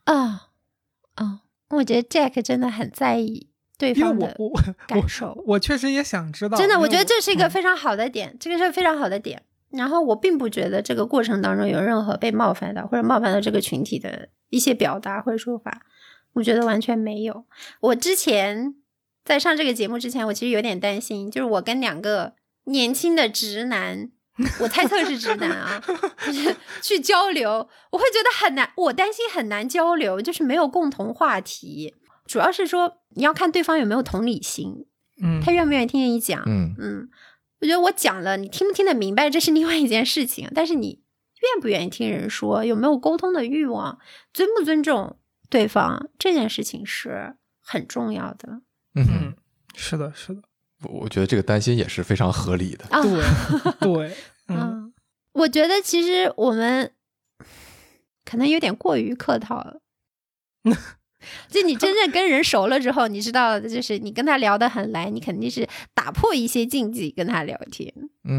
我觉得 Jack 真的很在意对方的感受。 我确实也想知道， 真的，我觉得这是一个非常好的点，这个是非常好的点。 然后我并不觉得这个过程当中有任何被冒犯到或者冒犯到这个群体的一些表达或者说法，我觉得完全没有。我之前在上这个节目之前，我其实有点担心，就是我跟2个年轻的直男，我猜测是直男啊，就是去交流，我会觉得很难，我担心很难交流，就是没有共同话题。主要是说你要看对方有没有同理心，他愿不愿意听你讲，我觉得我讲了，你听不听得明白，这是另外一件事情。但是你愿不愿意听人说，有没有沟通的欲望，尊不尊重对方，这件事情是很重要的。 是的，是的。 我觉得这个担心也是非常合理的。 对， 我觉得其实我们可能有点过于客套了。就你真正跟人熟了之后，你知道就是你跟他聊得很来，你肯定是打破一些禁忌跟他聊天。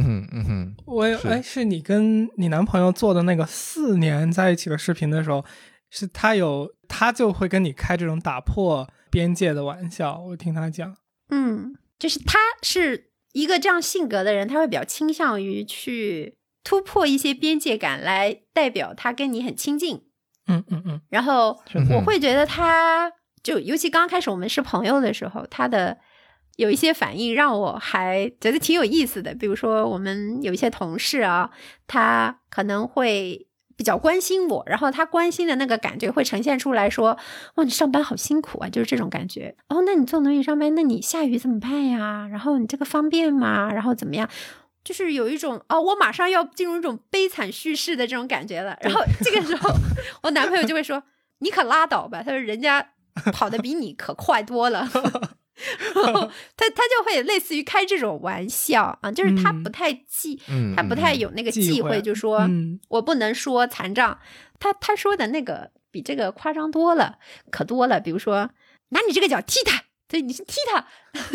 是你跟你男朋友做的那个4年在一起的视频的时候，是他就会跟你开这种打破边界的玩笑，我听他讲。 就是他是一个这样性格的人，他会比较倾向于去突破一些边界感来代表他跟你很亲近。然后我会觉得他就尤其刚开始我们是朋友的时候，他的有一些反应让我还觉得挺有意思的。比如说我们有一些同事啊，他可能会比较关心我，然后他关心的那个感觉会呈现出来说，哇，你上班好辛苦啊，就是这种感觉。那你坐轮椅上班，那你下雨怎么办呀？然后你这个方便吗？然后怎么样？就是有一种我马上要进入一种悲惨叙事的这种感觉了。然后这个时候我男朋友就会说，你可拉倒吧，他说人家跑得比你可快多了。然后他就会类似于开这种玩笑啊，就是他不太他不太有那个忌讳，就说我不能说残障，他说的那个比这个夸张多了，可多了。比如说拿你这个脚踢他，对，你是踢他。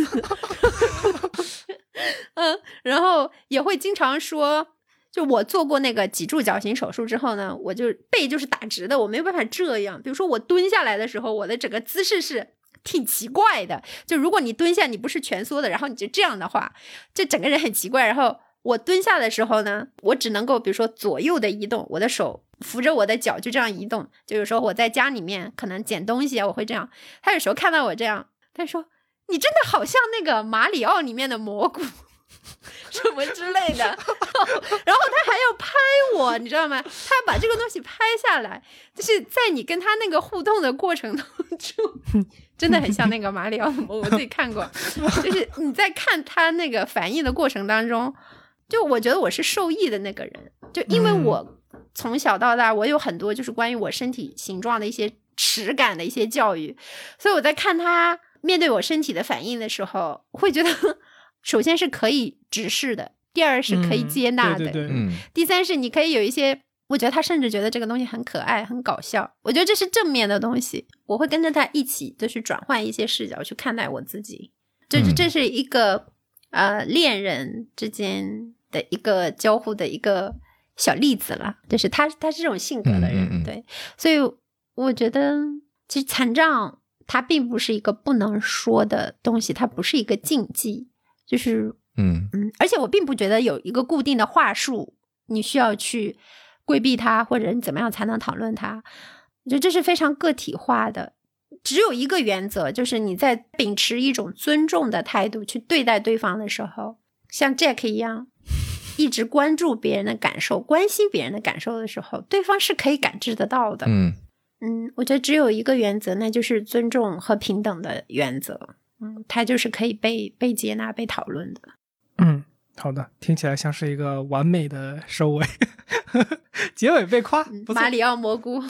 然后也会经常说，就我做过那个脊柱矫形手术之后呢，我就背就是打直的，我没有办法这样。比如说我蹲下来的时候，我的整个姿势是挺奇怪的，就如果你蹲下你不是蜷缩的，然后你就这样的话，就整个人很奇怪。然后我蹲下的时候呢，我只能够比如说左右的移动，我的手扶着我的脚就这样移动。就有时候我在家里面可能捡东西啊，我会这样。他有时候看到我这样，他说你真的好像那个马里奥里面的蘑菇什么之类的。然后他还要拍我，你知道吗？他要把这个东西拍下来，就是在你跟他那个互动的过程当中，真的很像那个马里奥的蘑菇，我自己看过。就是你在看他那个反应的过程当中，就我觉得我是受益的那个人，就因为我从小到大我有很多就是关于我身体形状的一些耻感的一些教育，所以我在看他面对我身体的反应的时候，我会觉得首先是可以直视的，第二是可以接纳的，第三是你可以有一些，我觉得他甚至觉得这个东西很可爱很搞笑，我觉得这是正面的东西，我会跟着他一起就是转换一些视角去看待我自己。这是一个恋人之间的一个交互的一个小例子了，就是他是这种性格的人，对，所以我觉得其实残障它并不是一个不能说的东西，它不是一个禁忌，就是而且我并不觉得有一个固定的话术你需要去规避它，或者你怎么样才能讨论它，我觉得这是非常个体化的。只有一个原则，就是你在秉持一种尊重的态度去对待对方的时候，像 Jack 一样一直关注别人的感受，关心别人的感受的时候，对方是可以感知得到的。我觉得只有一个原则，那就是尊重和平等的原则。它就是可以被接纳、被讨论的。 好的，听起来像是一个完美的收尾。结尾被夸， 马里奥蘑菇。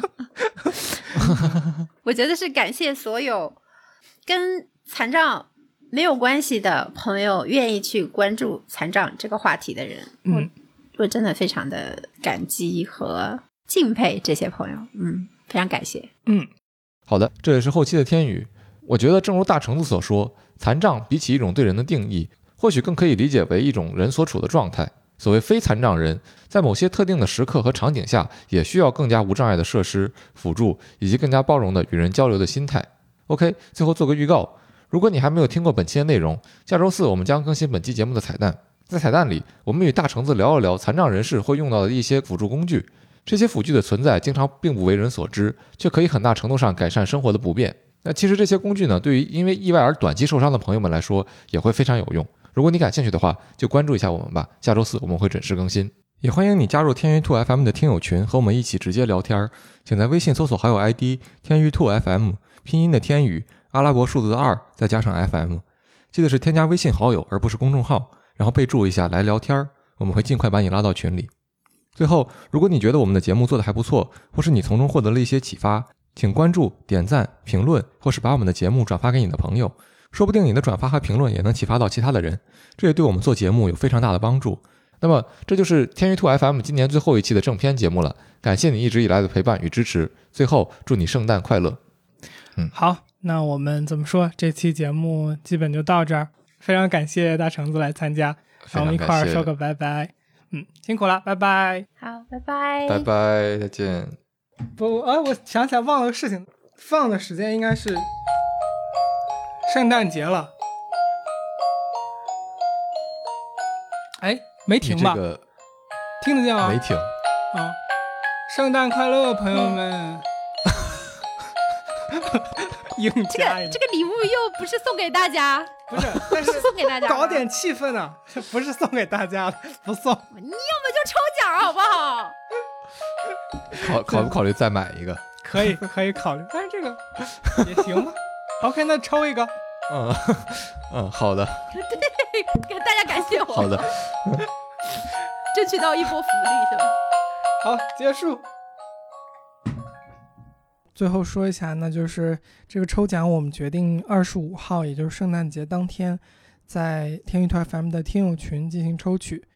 我觉得是感谢所有跟残障没有关系的朋友愿意去关注残障这个话题的人。我真的非常的感激和敬佩这些朋友。非常感谢。 好的，这也是后期的天宇。我觉得正如大橙子所说，残障比起一种对人的定义，或许更可以理解为一种人所处的状态。所谓非残障人，在某些特定的时刻和场景下，也需要更加无障碍的设施辅助，以及更加包容的与人交流的心态。OK， 最后做个预告，如果你还没有听过本期的内容，下周4我们将更新本期节目的彩蛋。 在彩蛋里，我们与大橙子聊一聊残障人士会用到的一些辅助工具，这些辅具的存在经常并不为人所知，却可以很大程度上改善生活的不便。那其实这些工具呢，对于因为意外而短期受伤的朋友们来说也会非常有用。如果你感兴趣的话，就关注一下我们吧，下周4我们会准时更新。也欢迎你加入天娱兔 FM 的听友群，和我们一起直接聊天。请在微信搜索好友 ID 天娱兔 FM， 拼音的天娱，阿拉伯数字的2，再加上 FM， 记得是添加微信好友而不是公众号，然后备注一下来聊天，我们会尽快把你拉到群里。最后，如果你觉得我们的节目做得还不错，或是你从中获得了一些启发，请关注、点赞、评论，或是把我们的节目转发给你的朋友，说不定你的转发和评论也能启发到其他的人，这也对我们做节目有非常大的帮助。那么这就是天娱兔 FM 今年最后一期的正片节目了，感谢你一直以来的陪伴与支持，最后祝你圣诞快乐。 好，那我们怎么说，这期节目基本就到这儿，非常感谢大橙子来参加，让我们一块儿说个拜拜。辛苦了，拜拜。 好，拜拜， 拜拜，再见。 我想起来忘了个事情，放的时间应该是圣诞节了。哎，没停吧？听得见吗？ 没停。 圣诞快乐，朋友们！硬加这个礼物又不是送给大家， 不是，但是送给大家， 搞点气氛啊，不是送给大家的，不送。 你要么就抽奖好不好？ 考不考虑再买一个？ 可以考虑，但是这个也行吧。OK， 那抽一个。 好的。 对，大家感谢我。 好的。 争取到一波福利是吧？ 好，结束。最后说一下，那就是这个抽奖我们决定25号，也就是圣诞节当天，在天娱兔 FM 的听友群进行抽取。